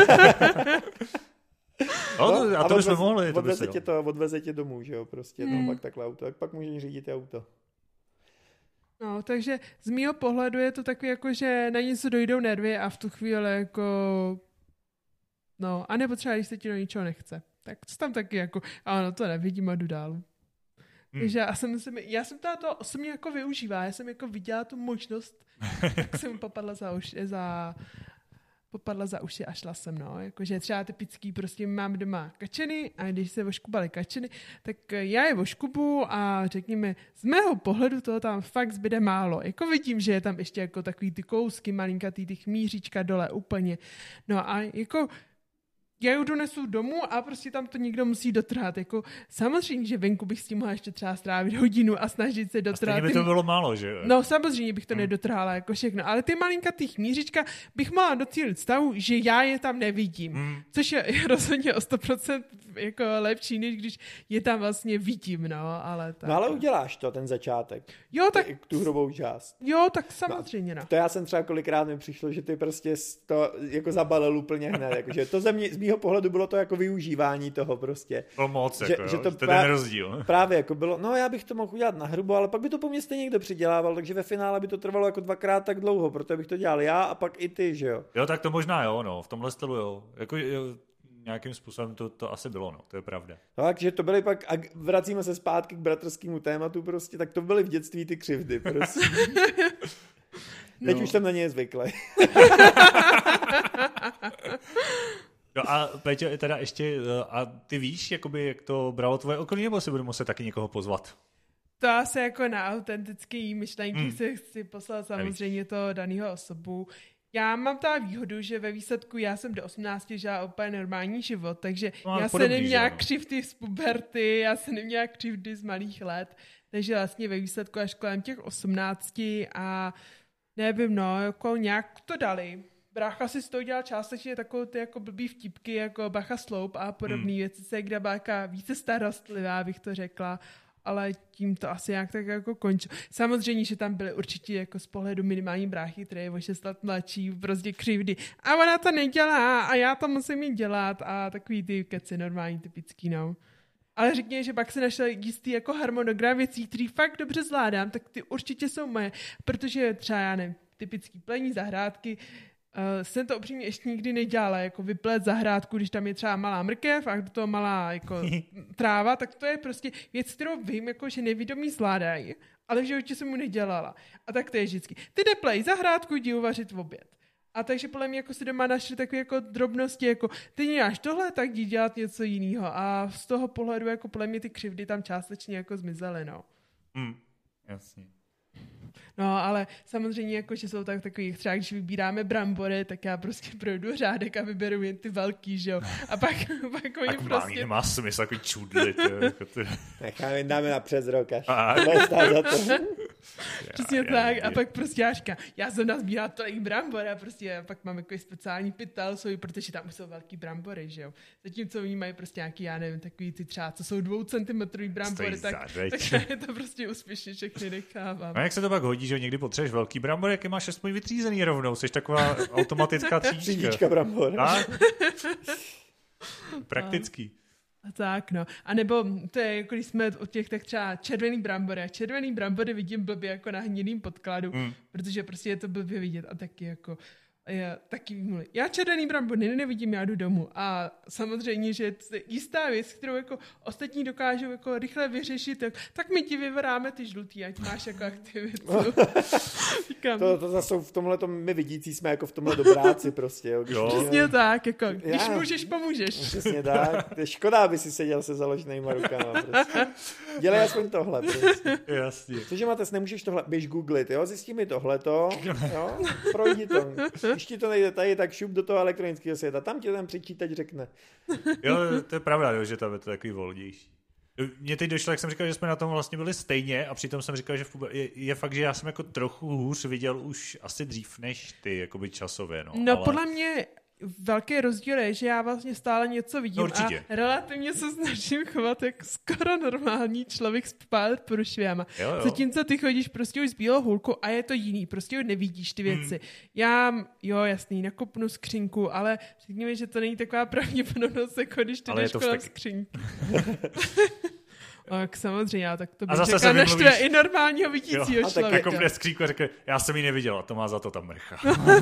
No, to, a to bychom mohli. Odveze tě to, odveze tě domů, že jo, prostě, hmm. no, pak takhle auto, tak pak můžeš řídit auto. No, takže z mýho pohledu je to takový jako, že na něco dojdou nervy a v tu chvíli jako no, a nebo třeba, když se ti do ničeho nechce. Tak to tam taky jako, ano, to nevidím a jdu dál. Hmm. Takže já jsem, já jsem to osobně jako využívá, já jsem jako viděla tu možnost, tak jsem popadla za uši, za, popadla za uši a šla jsem, no. Jakože třeba typický, prostě mám doma kačeny a když se voškubaly kačeny, tak já je voškubu a řekněme, z mého pohledu toho tam fakt zbyde málo. Jako vidím, že je tam ještě jako takový ty kousky malinkatý, ty chmíříčka dole úplně. No a jako já ji donesu domů a prostě tam to někdo musí dotrhat. Jako, samozřejmě, že venku bych s tím mohla ještě třeba strávit hodinu a snažit se dotrhat. A by to bylo málo, že? No samozřejmě bych to hmm. nedotrhala jako všechno. Ale ty malinkatý chmířička bych mohla docílit stavu, že já je tam nevidím. Hmm. Což je rozhodně o sto procent jako lepší, než když je tam vlastně vidím, no. Ale, tak. No ale uděláš to, ten začátek. Jo, tak... Tu hrubou část. Jo, tak samozřejmě, no. To já jsem třeba kolikrát mi přišlo, že ty prostě to jako zabalil úplně hned. Jako, že to ze mě, z mýho pohledu bylo to jako využívání toho prostě. To moc, že, jako, že to to prá- ten rozdíl. Právě jako bylo, no já bych to mohl udělat na hrubo, ale pak by to po mně stejně někdo přidělával, takže ve finále by to trvalo jako dvakrát tak dlouho, protože bych to dělal já a pak i ty, že jo. Jo, tak to možná jo, no, v tomhle stylu jo. Jako jo, nějakým způsobem to, to asi bylo, no, to je pravda. No, takže to byly pak, a vracíme se zpátky k bratrskému tématu prostě, tak to byly v dětství ty křivdy, prostě. Teď no. Už jsem na ně zvyklý. No a Péťo, teda ještě, a ty víš, jakoby, jak to bralo tvoje okolí, nebo si budu muset taky někoho pozvat? To asi jako na autentický myšlenky hmm. si chci poslat samozřejmě to daného osobu. Já mám ta výhodu, že ve výsledku já jsem do osmnácti žila úplně normální život, takže no, já se neměla křivdy z puberty, já se neměla křivdy z malých let, takže vlastně ve výsledku až kolem těch osmnácti a nevím, no, jako nějak to dali. Brácha si z toho dělal částečně takové ty jako blbý vtipky, jako Bacha Sloup a podobné hmm. věci, se kde byla více starostlivá, bych to řekla, ale tím to asi nějak tak jako končilo. Samozřejmě, že tam byly určitě jako z pohledu minimální bráchy, který je o šest let mladší, prostě křivdy. A ona to nedělá a já to musím jí dělat a takový ty keci normální, typický, no. Ale řekněme, že pak se našel jistý jako harmonogram věcí, který fakt dobře zvládám, tak ty určitě jsou moje, protože třeba, já nevím, typický plení zahrádky, Uh, jsem to upřímně ještě nikdy nedělala, jako vyplet zahrádku, když tam je třeba malá mrkev a do toho malá jako tráva, tak to je prostě věc, kterou vím, jako, že nevědomí zvládají, ale v životě jsem mu nedělala. A tak to je vždycky. Ty neplej zahrádku, jdi uvařit v oběd. A takže podle mě jako si doma našli takové jako drobnosti, jako ty děláš tohle, tak jdi dělat něco jiného. A z toho pohledu jako podle mě ty křivdy tam částečně jako zmizely, no. Mm, jasně. No, ale samozřejmě, jako, že jsou tak takový, třeba když vybíráme brambory, tak já prostě projdu řádek a vyberu jen ty velký, že jo. A pak, pak oni tak prostě... nemá smysl, takový čudli, jako ty. Necháme, dáme na přes rok až. Za to. Přesně já, tak. Já, a pak prostě já říkám, já jsem nazbíral tolik brambor a prostě a pak mám jako speciální pytel, jsou, protože tam už jsou velký brambory, že jo. Zatímco oni mají prostě nějaký, já nevím, takový ty třeba, co jsou dvoucentimetrový brambory, tak, tak je to prostě úspěšně všechny nechávám. A jak se to pak hodí, že někdy potřebuješ velký brambor, jak je máš aspoň vytřízený rovnou, jsi taková automatická třídička. Třídička brambor. Praktický. A tak, no. A nebo to je, jako když jsme od těch tak třeba červený brambory. A červený brambory vidím blbě jako na hnědým podkladu, mm. protože prostě je to blbě vidět a taky jako já taky mluvím. Já červený brambory nevidím, já jdu domů. A samozřejmě, že jistá věc, kterou jako ostatní dokážou jako rychle vyřešit, tak, tak my ti vyveráme ty žlutý, ať máš jako aktivitu. to, to zase v tomhletom my vidící jsme jako v tomhle dobráci prostě. Jo. Jo. Přesně tak, jako když já, můžeš, pomůžeš. Přesně tak. To je škoda, aby si seděl se založenýma rukama. Prostě. Dělej aspoň tohle. Prostě. Jasně. Cože máte, nemůžeš tohle, běž googlit, jo, zjistí mi tohleto, jo, projdi to. Když ti to nejde tady, tak šup do toho elektronického světa. Tam ti ten přečítač řekne. Jo, to je pravda, jo, že tam je to takový volnější. Mně teď došlo, jak jsem říkal, že jsme na tom vlastně byli stejně a přitom jsem říkal, že je, je fakt, že já jsem jako trochu hůř viděl už asi dřív než ty, jakoby časově. No, no ale... podle mě velký rozdíl je, že já vlastně stále něco vidím no, a relativně se snažím chovat jak skoro normální člověk s pár průšvihama. Zatímco ty chodíš prostě už s bílou hůlkou a je to jiný, prostě už nevidíš ty věci. Hmm. Já, jo jasný, nakopnu skřínku, ale řekněme, že to není taková pravděpodobnost, jako když ty jdeš kolem skřínky. Tak samozřejmě, tak to bych řekla, naštve i normálního vidícího člověka. A tak jako v skřínku a řekne, já jsem ji neviděla, to má za to ta mrcha.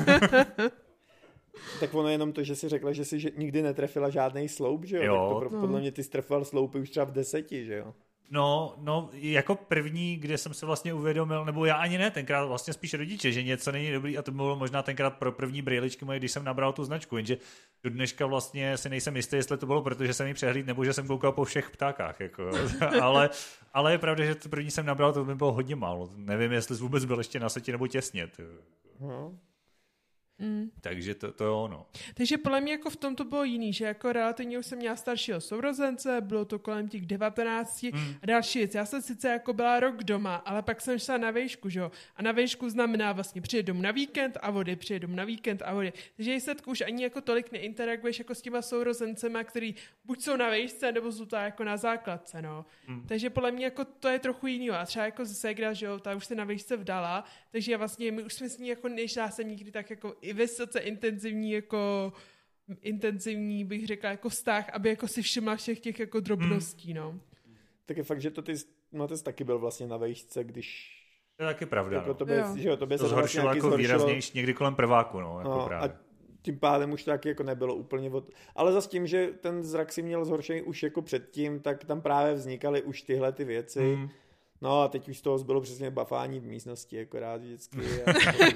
Tak ono jenom to, že si řekla, že si že nikdy netrefila žádný sloup, že jo? jo. Tak to no. Podle mě ty strefoval sloupy už třeba v deseti, že jo? No, no, jako první, kde jsem se vlastně uvědomil, nebo já ani ne, tenkrát vlastně spíš rodiče, že něco není dobrý a to bylo možná tenkrát pro první brýličky moje, když jsem nabral tu značku, jenže do dneška vlastně si nejsem jistý, jestli to bylo, protože jsem ji přehlíd, nebo že jsem koukal po všech ptákách, jako, ale, ale je pravda, že to první jsem nabral, to by bylo hodně málo, nevím, jestli vůbec byl ještě na seti nebo těsně. No. Mm. Takže to, to je ono. Takže podle mě jako v tom to bylo jiný, že jako relativně už jsem měla staršího sourozence, bylo to kolem těch devatenácti mm. a další věc. Já jsem sice jako byla rok doma, ale pak jsem šla na vejšku, že jo? A na vejšku znamená vlastně přijet domů na víkend a vody, přijet domů na víkend a vody. Takže výsledku už ani jako tolik neinteraguješ jako s těma sourozencema, který buď jsou na vejšce, nebo jsou to jako na základce, no. Mm. Takže podle mě jako to je trochu jiný. A třeba jako ségra, že jo, ta už se na vejšce vdala, takže vlastně my už jsme s ní jako nežná jsem nikdy tak jako i vysoce intenzivní jako intenzivní bych řekla jako vztah, aby jako si všimla všech těch jako drobností, no. Tak je fakt, že to ty Mates taky byl vlastně na vejšce, když to je taky pravda, jako no. to, byl, že jo, to, to zhoršilo vlastně jako výraznější někdy kolem prváku, no, jako no právě. A tím pádem už to taky jako nebylo úplně od... Ale zas tím, že ten zrak si měl zhoršený už jako předtím, tak tam právě vznikaly už tyhle ty věci. Mm. No a teď už z toho zbylo přesně bafání v místnosti, akorát vždycky. A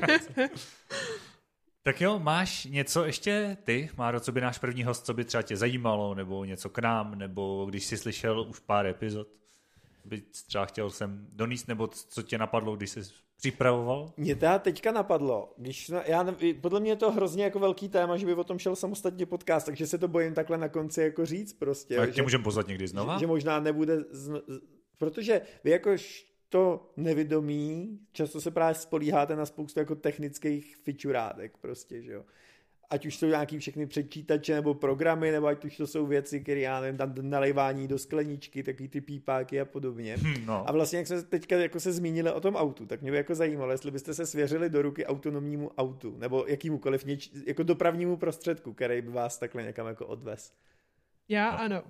tak jo, máš něco ještě ty, Máro, co by náš první host, co by třeba tě zajímalo, nebo něco k nám, nebo když jsi slyšel už pár epizod, by třeba chtěl sem donést, nebo co tě napadlo, když jsi připravoval? Mě teda teďka napadlo, když já nevím, podle mě je to hrozně jako velký téma, že by o tom šel samostatně podcast, takže se to bojím takhle na konci jako říct prostě. A jak tě můžeme pozvat někdy znova? Že, že možná nebude, z, protože vy jakož to nevědomí, často se právě spolíháte na spoustu jako technických fičurátek prostě, že jo. Ať už jsou nějaký všechny přečítače nebo programy, nebo ať už to jsou věci, které já nevím, tam nalejvání do skleničky, takový ty pípáky a podobně. Hmm, no. A vlastně, jak jsme teďka jako se zmínili o tom autu, tak mě by jako zajímalo, jestli byste se svěřili do ruky autonomnímu autu, nebo jakýmukoliv něč, jako dopravnímu prostředku, který by vás takhle někam jako odvez. Já no. Ano.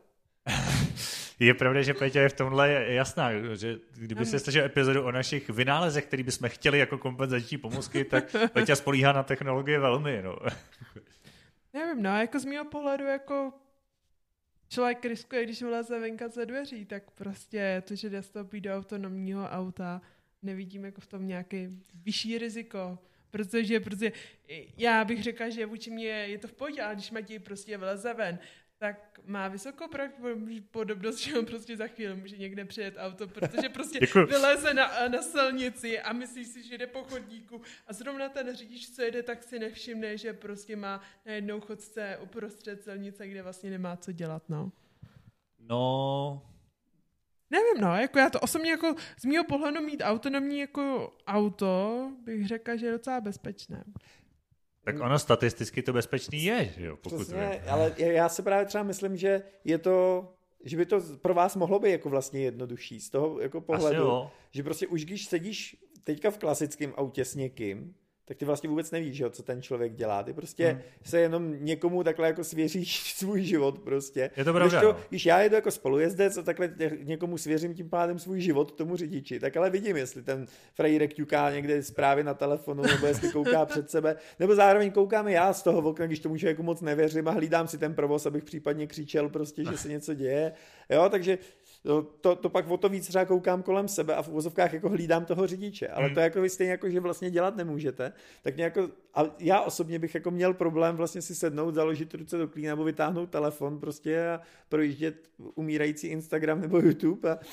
Je pravda, že Péťa je v tomhle jasná, že kdyby se slyšel epizodu o našich vynálezech, který bychom chtěli jako kompenzační pomůcky, tak Péťa spolíhá na technologie velmi, no. Nevím, no, jako z mého pohledu, jako člověk riskuje, když vleze venka ze dveří, tak prostě to, že nastoupí do autonomního auta, nevidím jako v tom nějaký vyšší riziko. Protože, protože já bych řekla, že vůči mě je to v pohodě, ale když Matěj prostě vleze ven, tak má vysokou pravděpodobnost, že on prostě za chvíli může někde přijet auto, protože prostě Děkuji. vyleze na, na silnici a myslí si, že jde po chodníku a zrovna ten řidič, co jede, tak si nevšimne, že prostě má najednou chodce uprostřed silnice, kde vlastně nemá co dělat, no. No... Nevím, no, jako já to osobně jako z mýho pohledu mít autonomní jako auto, bych řekla, že je docela bezpečné. Tak ono statisticky to bezpečný je, že jo, pokud Přesně, ale já si právě třeba myslím, že je to, že by to pro vás mohlo být jako vlastně jednodušší z toho jako pohledu, že prostě už když sedíš teďka v klasickém autě s někým, tak ty vlastně vůbec nevíš, že, co ten člověk dělá. Ty prostě hmm. se jenom někomu takhle jako svěříš svůj život prostě. Je to pravda. Když, to, když já jedu jako spolujezdec a takhle někomu svěřím tím pádem svůj život tomu řidiči, tak ale vidím, jestli ten frajírek ťuká někde zprávy na telefonu, nebo jestli kouká před sebe, nebo zároveň koukám já z toho okna, když tomu člověku moc nevěřím a hlídám si ten provoz, abych případně křičel prostě, že se něco děje. Jo, takže To, to, to pak o to víc třeba koukám kolem sebe a v uvozovkách jako hlídám toho řidiče, ale hmm. to jako vy stejně jako, že vlastně dělat nemůžete, tak nějako, a já osobně bych jako měl problém vlastně si sednout, založit ruce do klína nebo vytáhnout telefon prostě a projíždět umírající Instagram nebo YouTube a,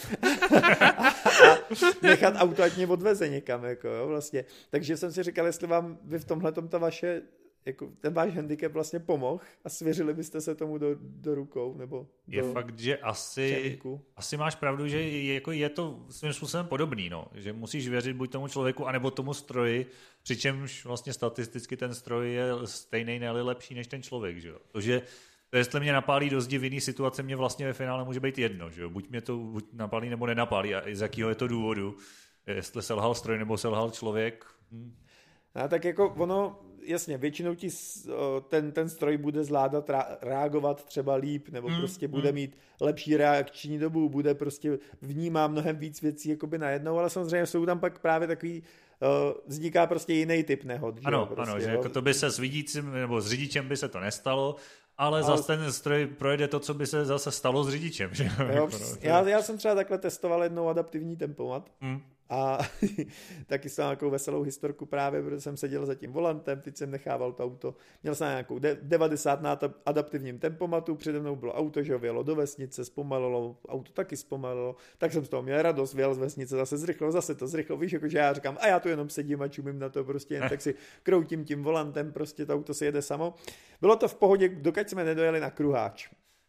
a, a nechat auto, ať mě odveze někam, jako jo, vlastně. Takže jsem si říkal, jestli vám vy v tomhletom ta vaše jako ten váš handicap vlastně pomohl a svěřili byste se tomu do, do rukou nebo do je fakt, že asi, asi máš pravdu, že je, jako je to svým způsobem podobný, no. Že musíš věřit buď tomu člověku, anebo tomu stroji, přičemž vlastně statisticky ten stroj je stejný, ne lepší než ten člověk, že jo. To, že to jestli mě napálí do zdi v jiný situace, mě vlastně ve finále může být jedno, že jo. Buď mě to buď napálí, nebo nenapálí a z jakého je to důvodu, jestli selhal stroj, nebo selhal člověk. Hm. A tak jako ono, jasně, většinou ti ten, ten stroj bude zvládat reagovat třeba líp, nebo mm, prostě bude mm. mít lepší reakční dobu, bude prostě vnímá mnohem víc věcí jakoby najednou, ale samozřejmě jsou tam pak právě takový, uh, vzniká prostě jiný typ nehod. Ano, že, prostě, ano, že jo? jako to by se s vidícím nebo s řidičem by se to nestalo, ale, ale zase ten stroj projede to, co by se zase stalo s řidičem. Že? Jo, já, já jsem třeba takhle testoval jednou adaptivní tempomat. Mm. A taky jsem nějakou veselou historku právě, protože jsem seděl za tím volantem, teď jsem nechával to auto, měl jsem nějakou devadesát na adaptivním tempomatu, přede mnou bylo auto, že vyjelo do vesnice, zpomalilo, auto taky zpomalilo, tak jsem z toho měl radost, vyjel z vesnice, zase zrychlo, zase to zrychlo, víš, jakože já říkám, a já tu jenom sedím a čumím na to, prostě jen tak si kroutím tím volantem, prostě to auto se jede samo. Bylo to v pohodě, dokud jsme nedojeli na kruháč.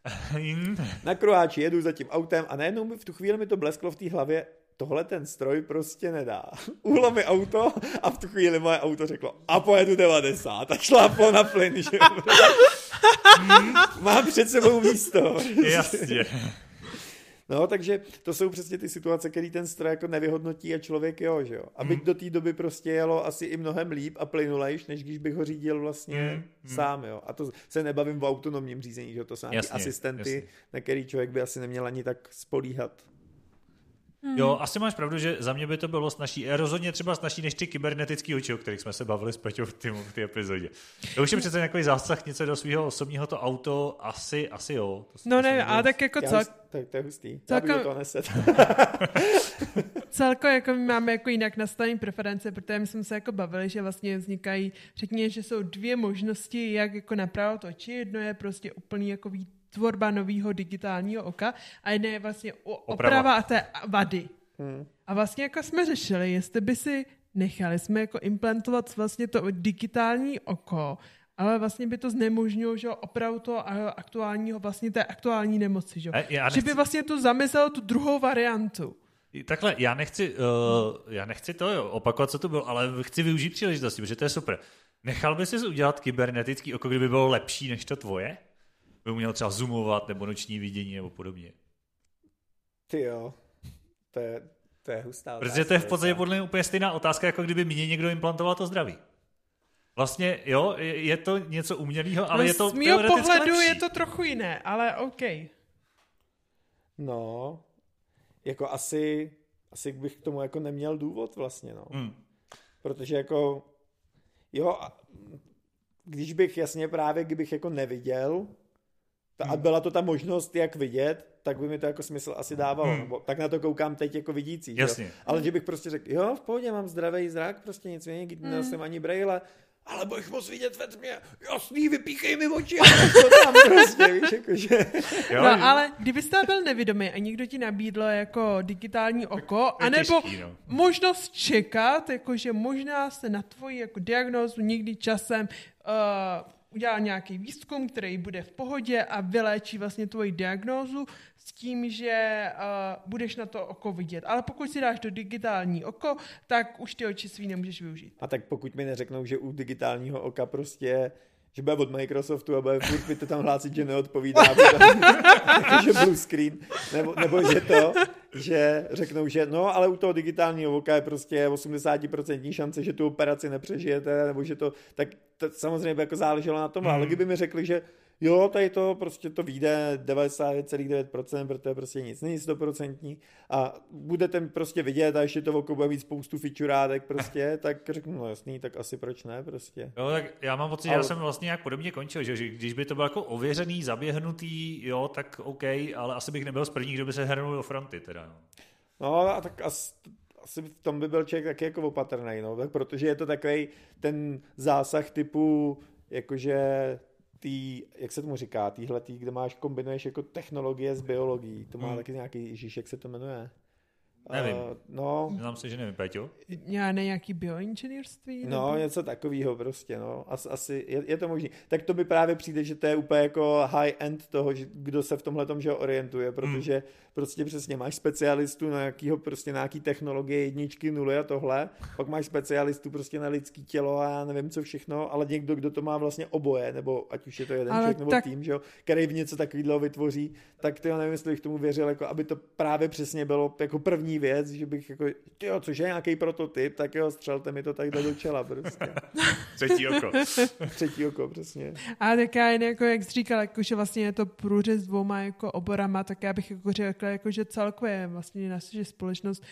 Na kruháči jedu za tím autem a najednou mi v tu chvíli mi to blesklo v té hlavě, tohle ten stroj prostě nedá. Uhlo mi auto a v tu chvíli moje auto řeklo a pojedu devadesát a šláplo na plyn, že mám před sebou místo. Jasně. No, takže to jsou přesně ty situace, které ten stroj jako nevyhodnotí a člověk jo, že jo. A byť mm. do té doby prostě jelo asi i mnohem líp a plynulejš, než když bych ho řídil vlastně mm. sám, jo. A to se nebavím o autonomním řízení, že to jsou nějaké asistenty, jasně. na který člověk by asi neměl ani tak spolíhat. Hmm. Jo, asi máš pravdu, že za mě by to bylo snažší. Rozhodně třeba snažší než ty kybernetický oči, o kterých jsme se bavili s Peťou v té epizodě. To už je přece nějaký zásah něco do svého osobního to auto, asi, asi jo. To no ne, a tak jako co? Tak to je hustý. Celko... Já bych to neset. Celko jako my máme jako jinak nastavené preference, protože my jsme se jako bavili, že vlastně vznikají, řekněme, že jsou dvě možnosti, jak jako napravit oči. Jedno je prostě úplný jako tvorba nového digitálního oka a jedna je vlastně oprava, oprava té vady. Hmm. A vlastně jako jsme řešili, jestli by si nechali jsme jako implantovat vlastně to digitální oko, ale vlastně by to znemožnilo, že opravu toho aktuálního, vlastně té aktuální nemoci. Že, nechci... že by vlastně to zamyslelo tu druhou variantu. Takhle, já nechci, uh, já nechci to jo, opakovat, co to bylo, ale chci využít příležitosti, protože to je super. Nechal by si udělat kybernetický oko, kdyby bylo lepší než to tvoje? By měl třeba zoomovat, nebo noční vidění, nebo podobně. Ty jo, to je, to je hustá otázka. Protože to je v podstatě podle mě úplně stejná otázka, jako kdyby mě někdo implantoval to zdraví. Vlastně, jo, je, je to něco umělého, ale no, je to z mýho pohledu lepší. Je to trochu jiné, ale OK. No, jako asi, asi bych k tomu jako neměl důvod vlastně, no. Hmm. Protože jako, jo, když bych jasně právě, kdybych jako neviděl, ta, hmm. a byla to ta možnost, jak vidět, tak by mi to jako smysl asi dávalo. Hmm. Nebo tak na to koukám teď jako vidící. Jasně. Jo? Ale že bych prostě řekl, jo, v pohodě, mám zdravý zrak, prostě nic mě, neměl hmm. jsem ani brejle, ale budeš moc vidět ve tmě, jasný, vypíchej mi oči, a co tam prostě, víš, jakože. No, ale kdybyste byl nevědomý a někdo ti nabídlo jako digitální oko, anebo těžký, no. možnost čekat, jakože možná se na tvoji jako diagnózu někdy časem uh, udělá nějaký výzkum, který bude v pohodě a vyléčí vlastně tvoji diagnózu s tím, že uh, budeš na to oko vidět. Ale pokud si dáš to digitální oko, tak už ty oči svý nemůžeš využít. A tak pokud mi neřeknou, že u digitálního oka prostě, že bude od Microsoftu a bude furt mi to tam hlásit, že neodpovídá, že blue screen, nebo, nebo že to, že řeknou, že no, ale u toho digitálního voka je prostě osmdesát procent šance, že tu operaci nepřežijete, nebo že to, tak to samozřejmě by jako záleželo na tom, mm. ale kdyby mi řekli, že jo, tady to prostě to vyjde devadesát devět celá devět procent, protože prostě nic není sto procent a budete prostě vidět a ještě to oko bude mít spoustu featurádek prostě, tak řeknu, no jasný, tak asi proč ne prostě. Jo, tak já mám pocit, ale... že já jsem vlastně nějak podobně končil, že, že když by to bylo jako ověřený, zaběhnutý, jo, tak OK, ale asi bych nebyl z prvních, kdo by se hrnul do fronty teda. No, no a tak asi, asi v tom by byl člověk taky jako opatrnej, no, tak protože je to takovej ten zásah typu, jakože tý, jak se tomu říká, týhletý, kde máš, kombinuješ jako technologie s biologií. To má hmm. taky nějaký, ježíš, jak se to jmenuje? Nevím. Uh, no. Znám se, že nevím, Péťo. Já ne, nějaký bioinženýrství? No, nebo? Něco takového prostě, no. As, asi, je, je to možný. Tak to by právě přijde, že to je úplně jako high-end toho, že, kdo se v tomhletom, že orientuje, protože hmm. prostě přesně máš specialistu na nějakýho, prostě na nějaký technologie jedničky, nuly a tohle, pak máš specialistu prostě na lidský tělo a já nevím co všechno, ale někdo, kdo to má vlastně oboje, nebo ať už je to jeden ale člověk nebo tak... tým, že jo, který v něco takového vytvoří, tak to já nevím, jestli bych tomu věřil, jako aby to právě přesně bylo jako první věc, že bych jako, jo, což je nějaký prototyp, tak jo, střelte mi to takhle do čela prostě. Třetí oko. Třetí oko, přesně. A tak já jen jako, jak jsi říkal, jako, že vlastně je to průřez dvouma jako oborama, tak já bych jako řekla, jako, že celkově vlastně naše společnost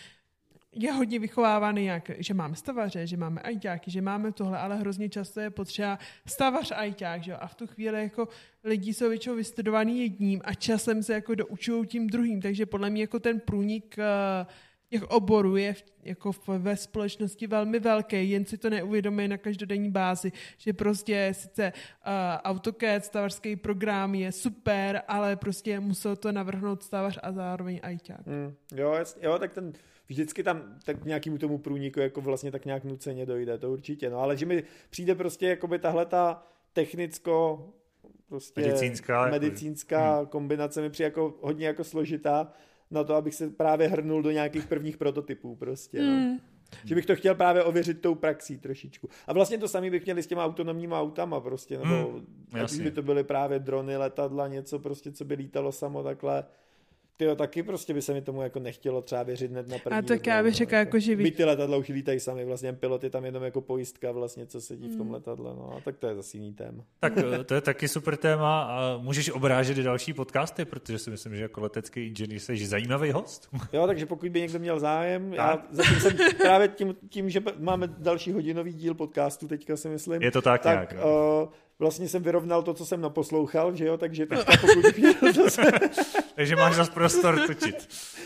je hodně vychovávaný, jak, že máme stavaře, že máme ajťáky, že máme tohle, ale hrozně často je potřeba stavař ajťák, že jo? A v tu chvíli jako lidi jsou většinou vystudovaný jedním a časem se jako doučují tím druhým, takže podle mě jako ten průnik těch oborů je v, jako v, ve společnosti velmi velký, jen si to neuvědomí na každodenní bázi, že prostě sice uh, AutoCAD, stavařský program je super, ale prostě musel to navrhnout stavař a zároveň ajťák. Mm, jo, jasně, jo, tak ten vždycky tam tak nějakému tomu průniku jako vlastně tak nějak nuceně dojde, to určitě, no, ale že mi přijde prostě jakoby tahle ta technicko prostě medicínská, medicínská jako... kombinace mi přijde jako hodně jako složitá na to, abych se právě hrnul do nějakých prvních prototypů prostě, no. Mm. Že bych to chtěl právě ověřit tou praxí trošičku. A vlastně to samý bych měli s těma autonomníma autama prostě, nebo mm, ať by to byly právě drony, letadla, něco prostě, co by lítalo samo takhle. Tyjo, taky prostě by se mi tomu jako nechtělo třeba věřit hned na první. A tak já bych řekla, jako, že by ty letadla už lítají sami, vlastně pilot je tam jenom jako pojistka vlastně, co sedí v tom letadle, no a tak to je zase jiný téma. Tak to je taky super téma a můžeš obrážet i další podcasty, protože si myslím, že jako letecký inženýr jsi zajímavý host. Jo, takže pokud by někdo měl zájem, já zatím jsem právě tím, tím, že máme další hodinový díl podcastu, teďka si myslím. Je to tak, tak nějak. Uh, vlastně jsem vyrovnal to, co jsem naposlouchal, že jo, takže teďka pokud bych měl zase... Takže máš zase prostor točit.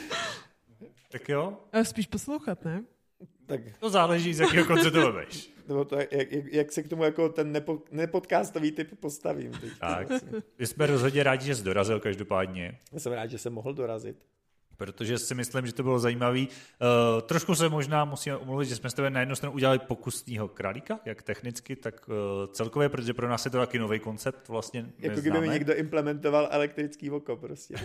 Tak jo? A spíš poslouchat, ne? Tak. To záleží, z jakého konce to vemeš. Nebo to, jak, jak, jak se k tomu jako ten nepo, nepodcastový typ postavím. Teď. Tak. My jsme rozhodně rádi, že jsi dorazil každopádně. Já jsem rád, že jsem mohl dorazit. Protože si myslím, že to bylo zajímavý. Uh, trošku se možná musíme omluvit, že jsme s tebe na jednu stranu udělali pokusného králíka, jak technicky, tak uh, celkově, protože pro nás je to taky nový koncept, vlastně jako kdyby mi někdo implementoval elektrický oko prostě.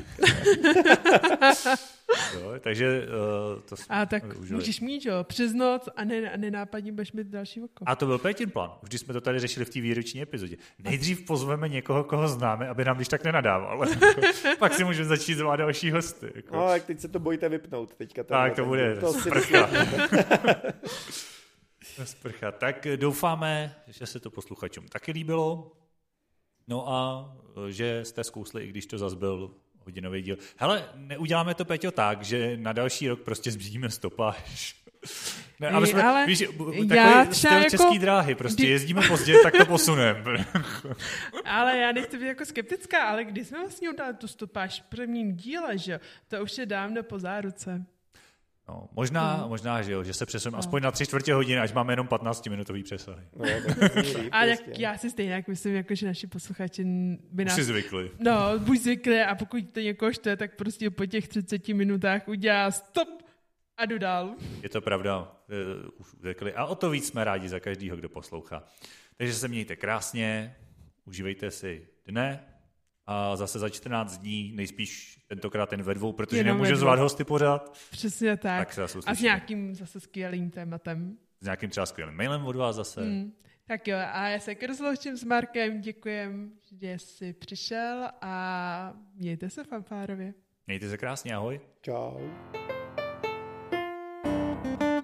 Jo, takže uh, to jsme A tak užili. Můžeš mít, jo, přes noc a, ne, a nenápadně budeš mít další oko. A to byl Pétin plán, už když jsme to tady řešili v té výroční epizodě. Nejdřív pozveme někoho, koho známe, aby nám když tak nenadával. Pak si můžeme začít zvát další hosty. Jako. No, tak teď se to bojíte vypnout teďka. Tak to bude to sprcha. sprcha. Tak doufáme, že se to posluchačům taky líbilo. No a že jste zkousli, i když to zas byl hodinový díl. Hele, neuděláme to, Peťo, tak, že na další rok prostě zbídíme stopáž. Ne, aby jsme, ale víš, takový styl jako, český dráhy, prostě kdy... jezdíme pozdě, tak to posuneme. Ale já nechci být jako skeptická, ale když jsme vlastně udělali tu stopáž v prvním díle, že to už je dávno po záruce. No, možná, hmm. možná, že jo, že se přesuneme no. aspoň na tři čtvrtě hodiny, až máme jenom patnáctiminutový přesahy. No, líp, a jak já si stejně jak myslím, jako, že naši posluchači by nás... Už si zvykli. No, buď zvykli a pokud to někoho štve, tak prostě po těch třiceti minutách udělá stop a jdu dál. Je to pravda, už zvykli. A o to víc jsme rádi za každýho, kdo poslouchá. Takže se mějte krásně, užívejte si dne a zase za čtrnáct dní, nejspíš tentokrát ten ve dvou, protože Jenom nemůžu zvát hosty pořád. Přesně tak. tak a s nějakým zase skvělým tématem. S nějakým třeba skvělým mailem od vás zase. Hmm. Tak jo, a já se rozloučím s Markem, děkujem, že jsi přišel a mějte se fanfárově. Mějte se krásně, ahoj. Čau.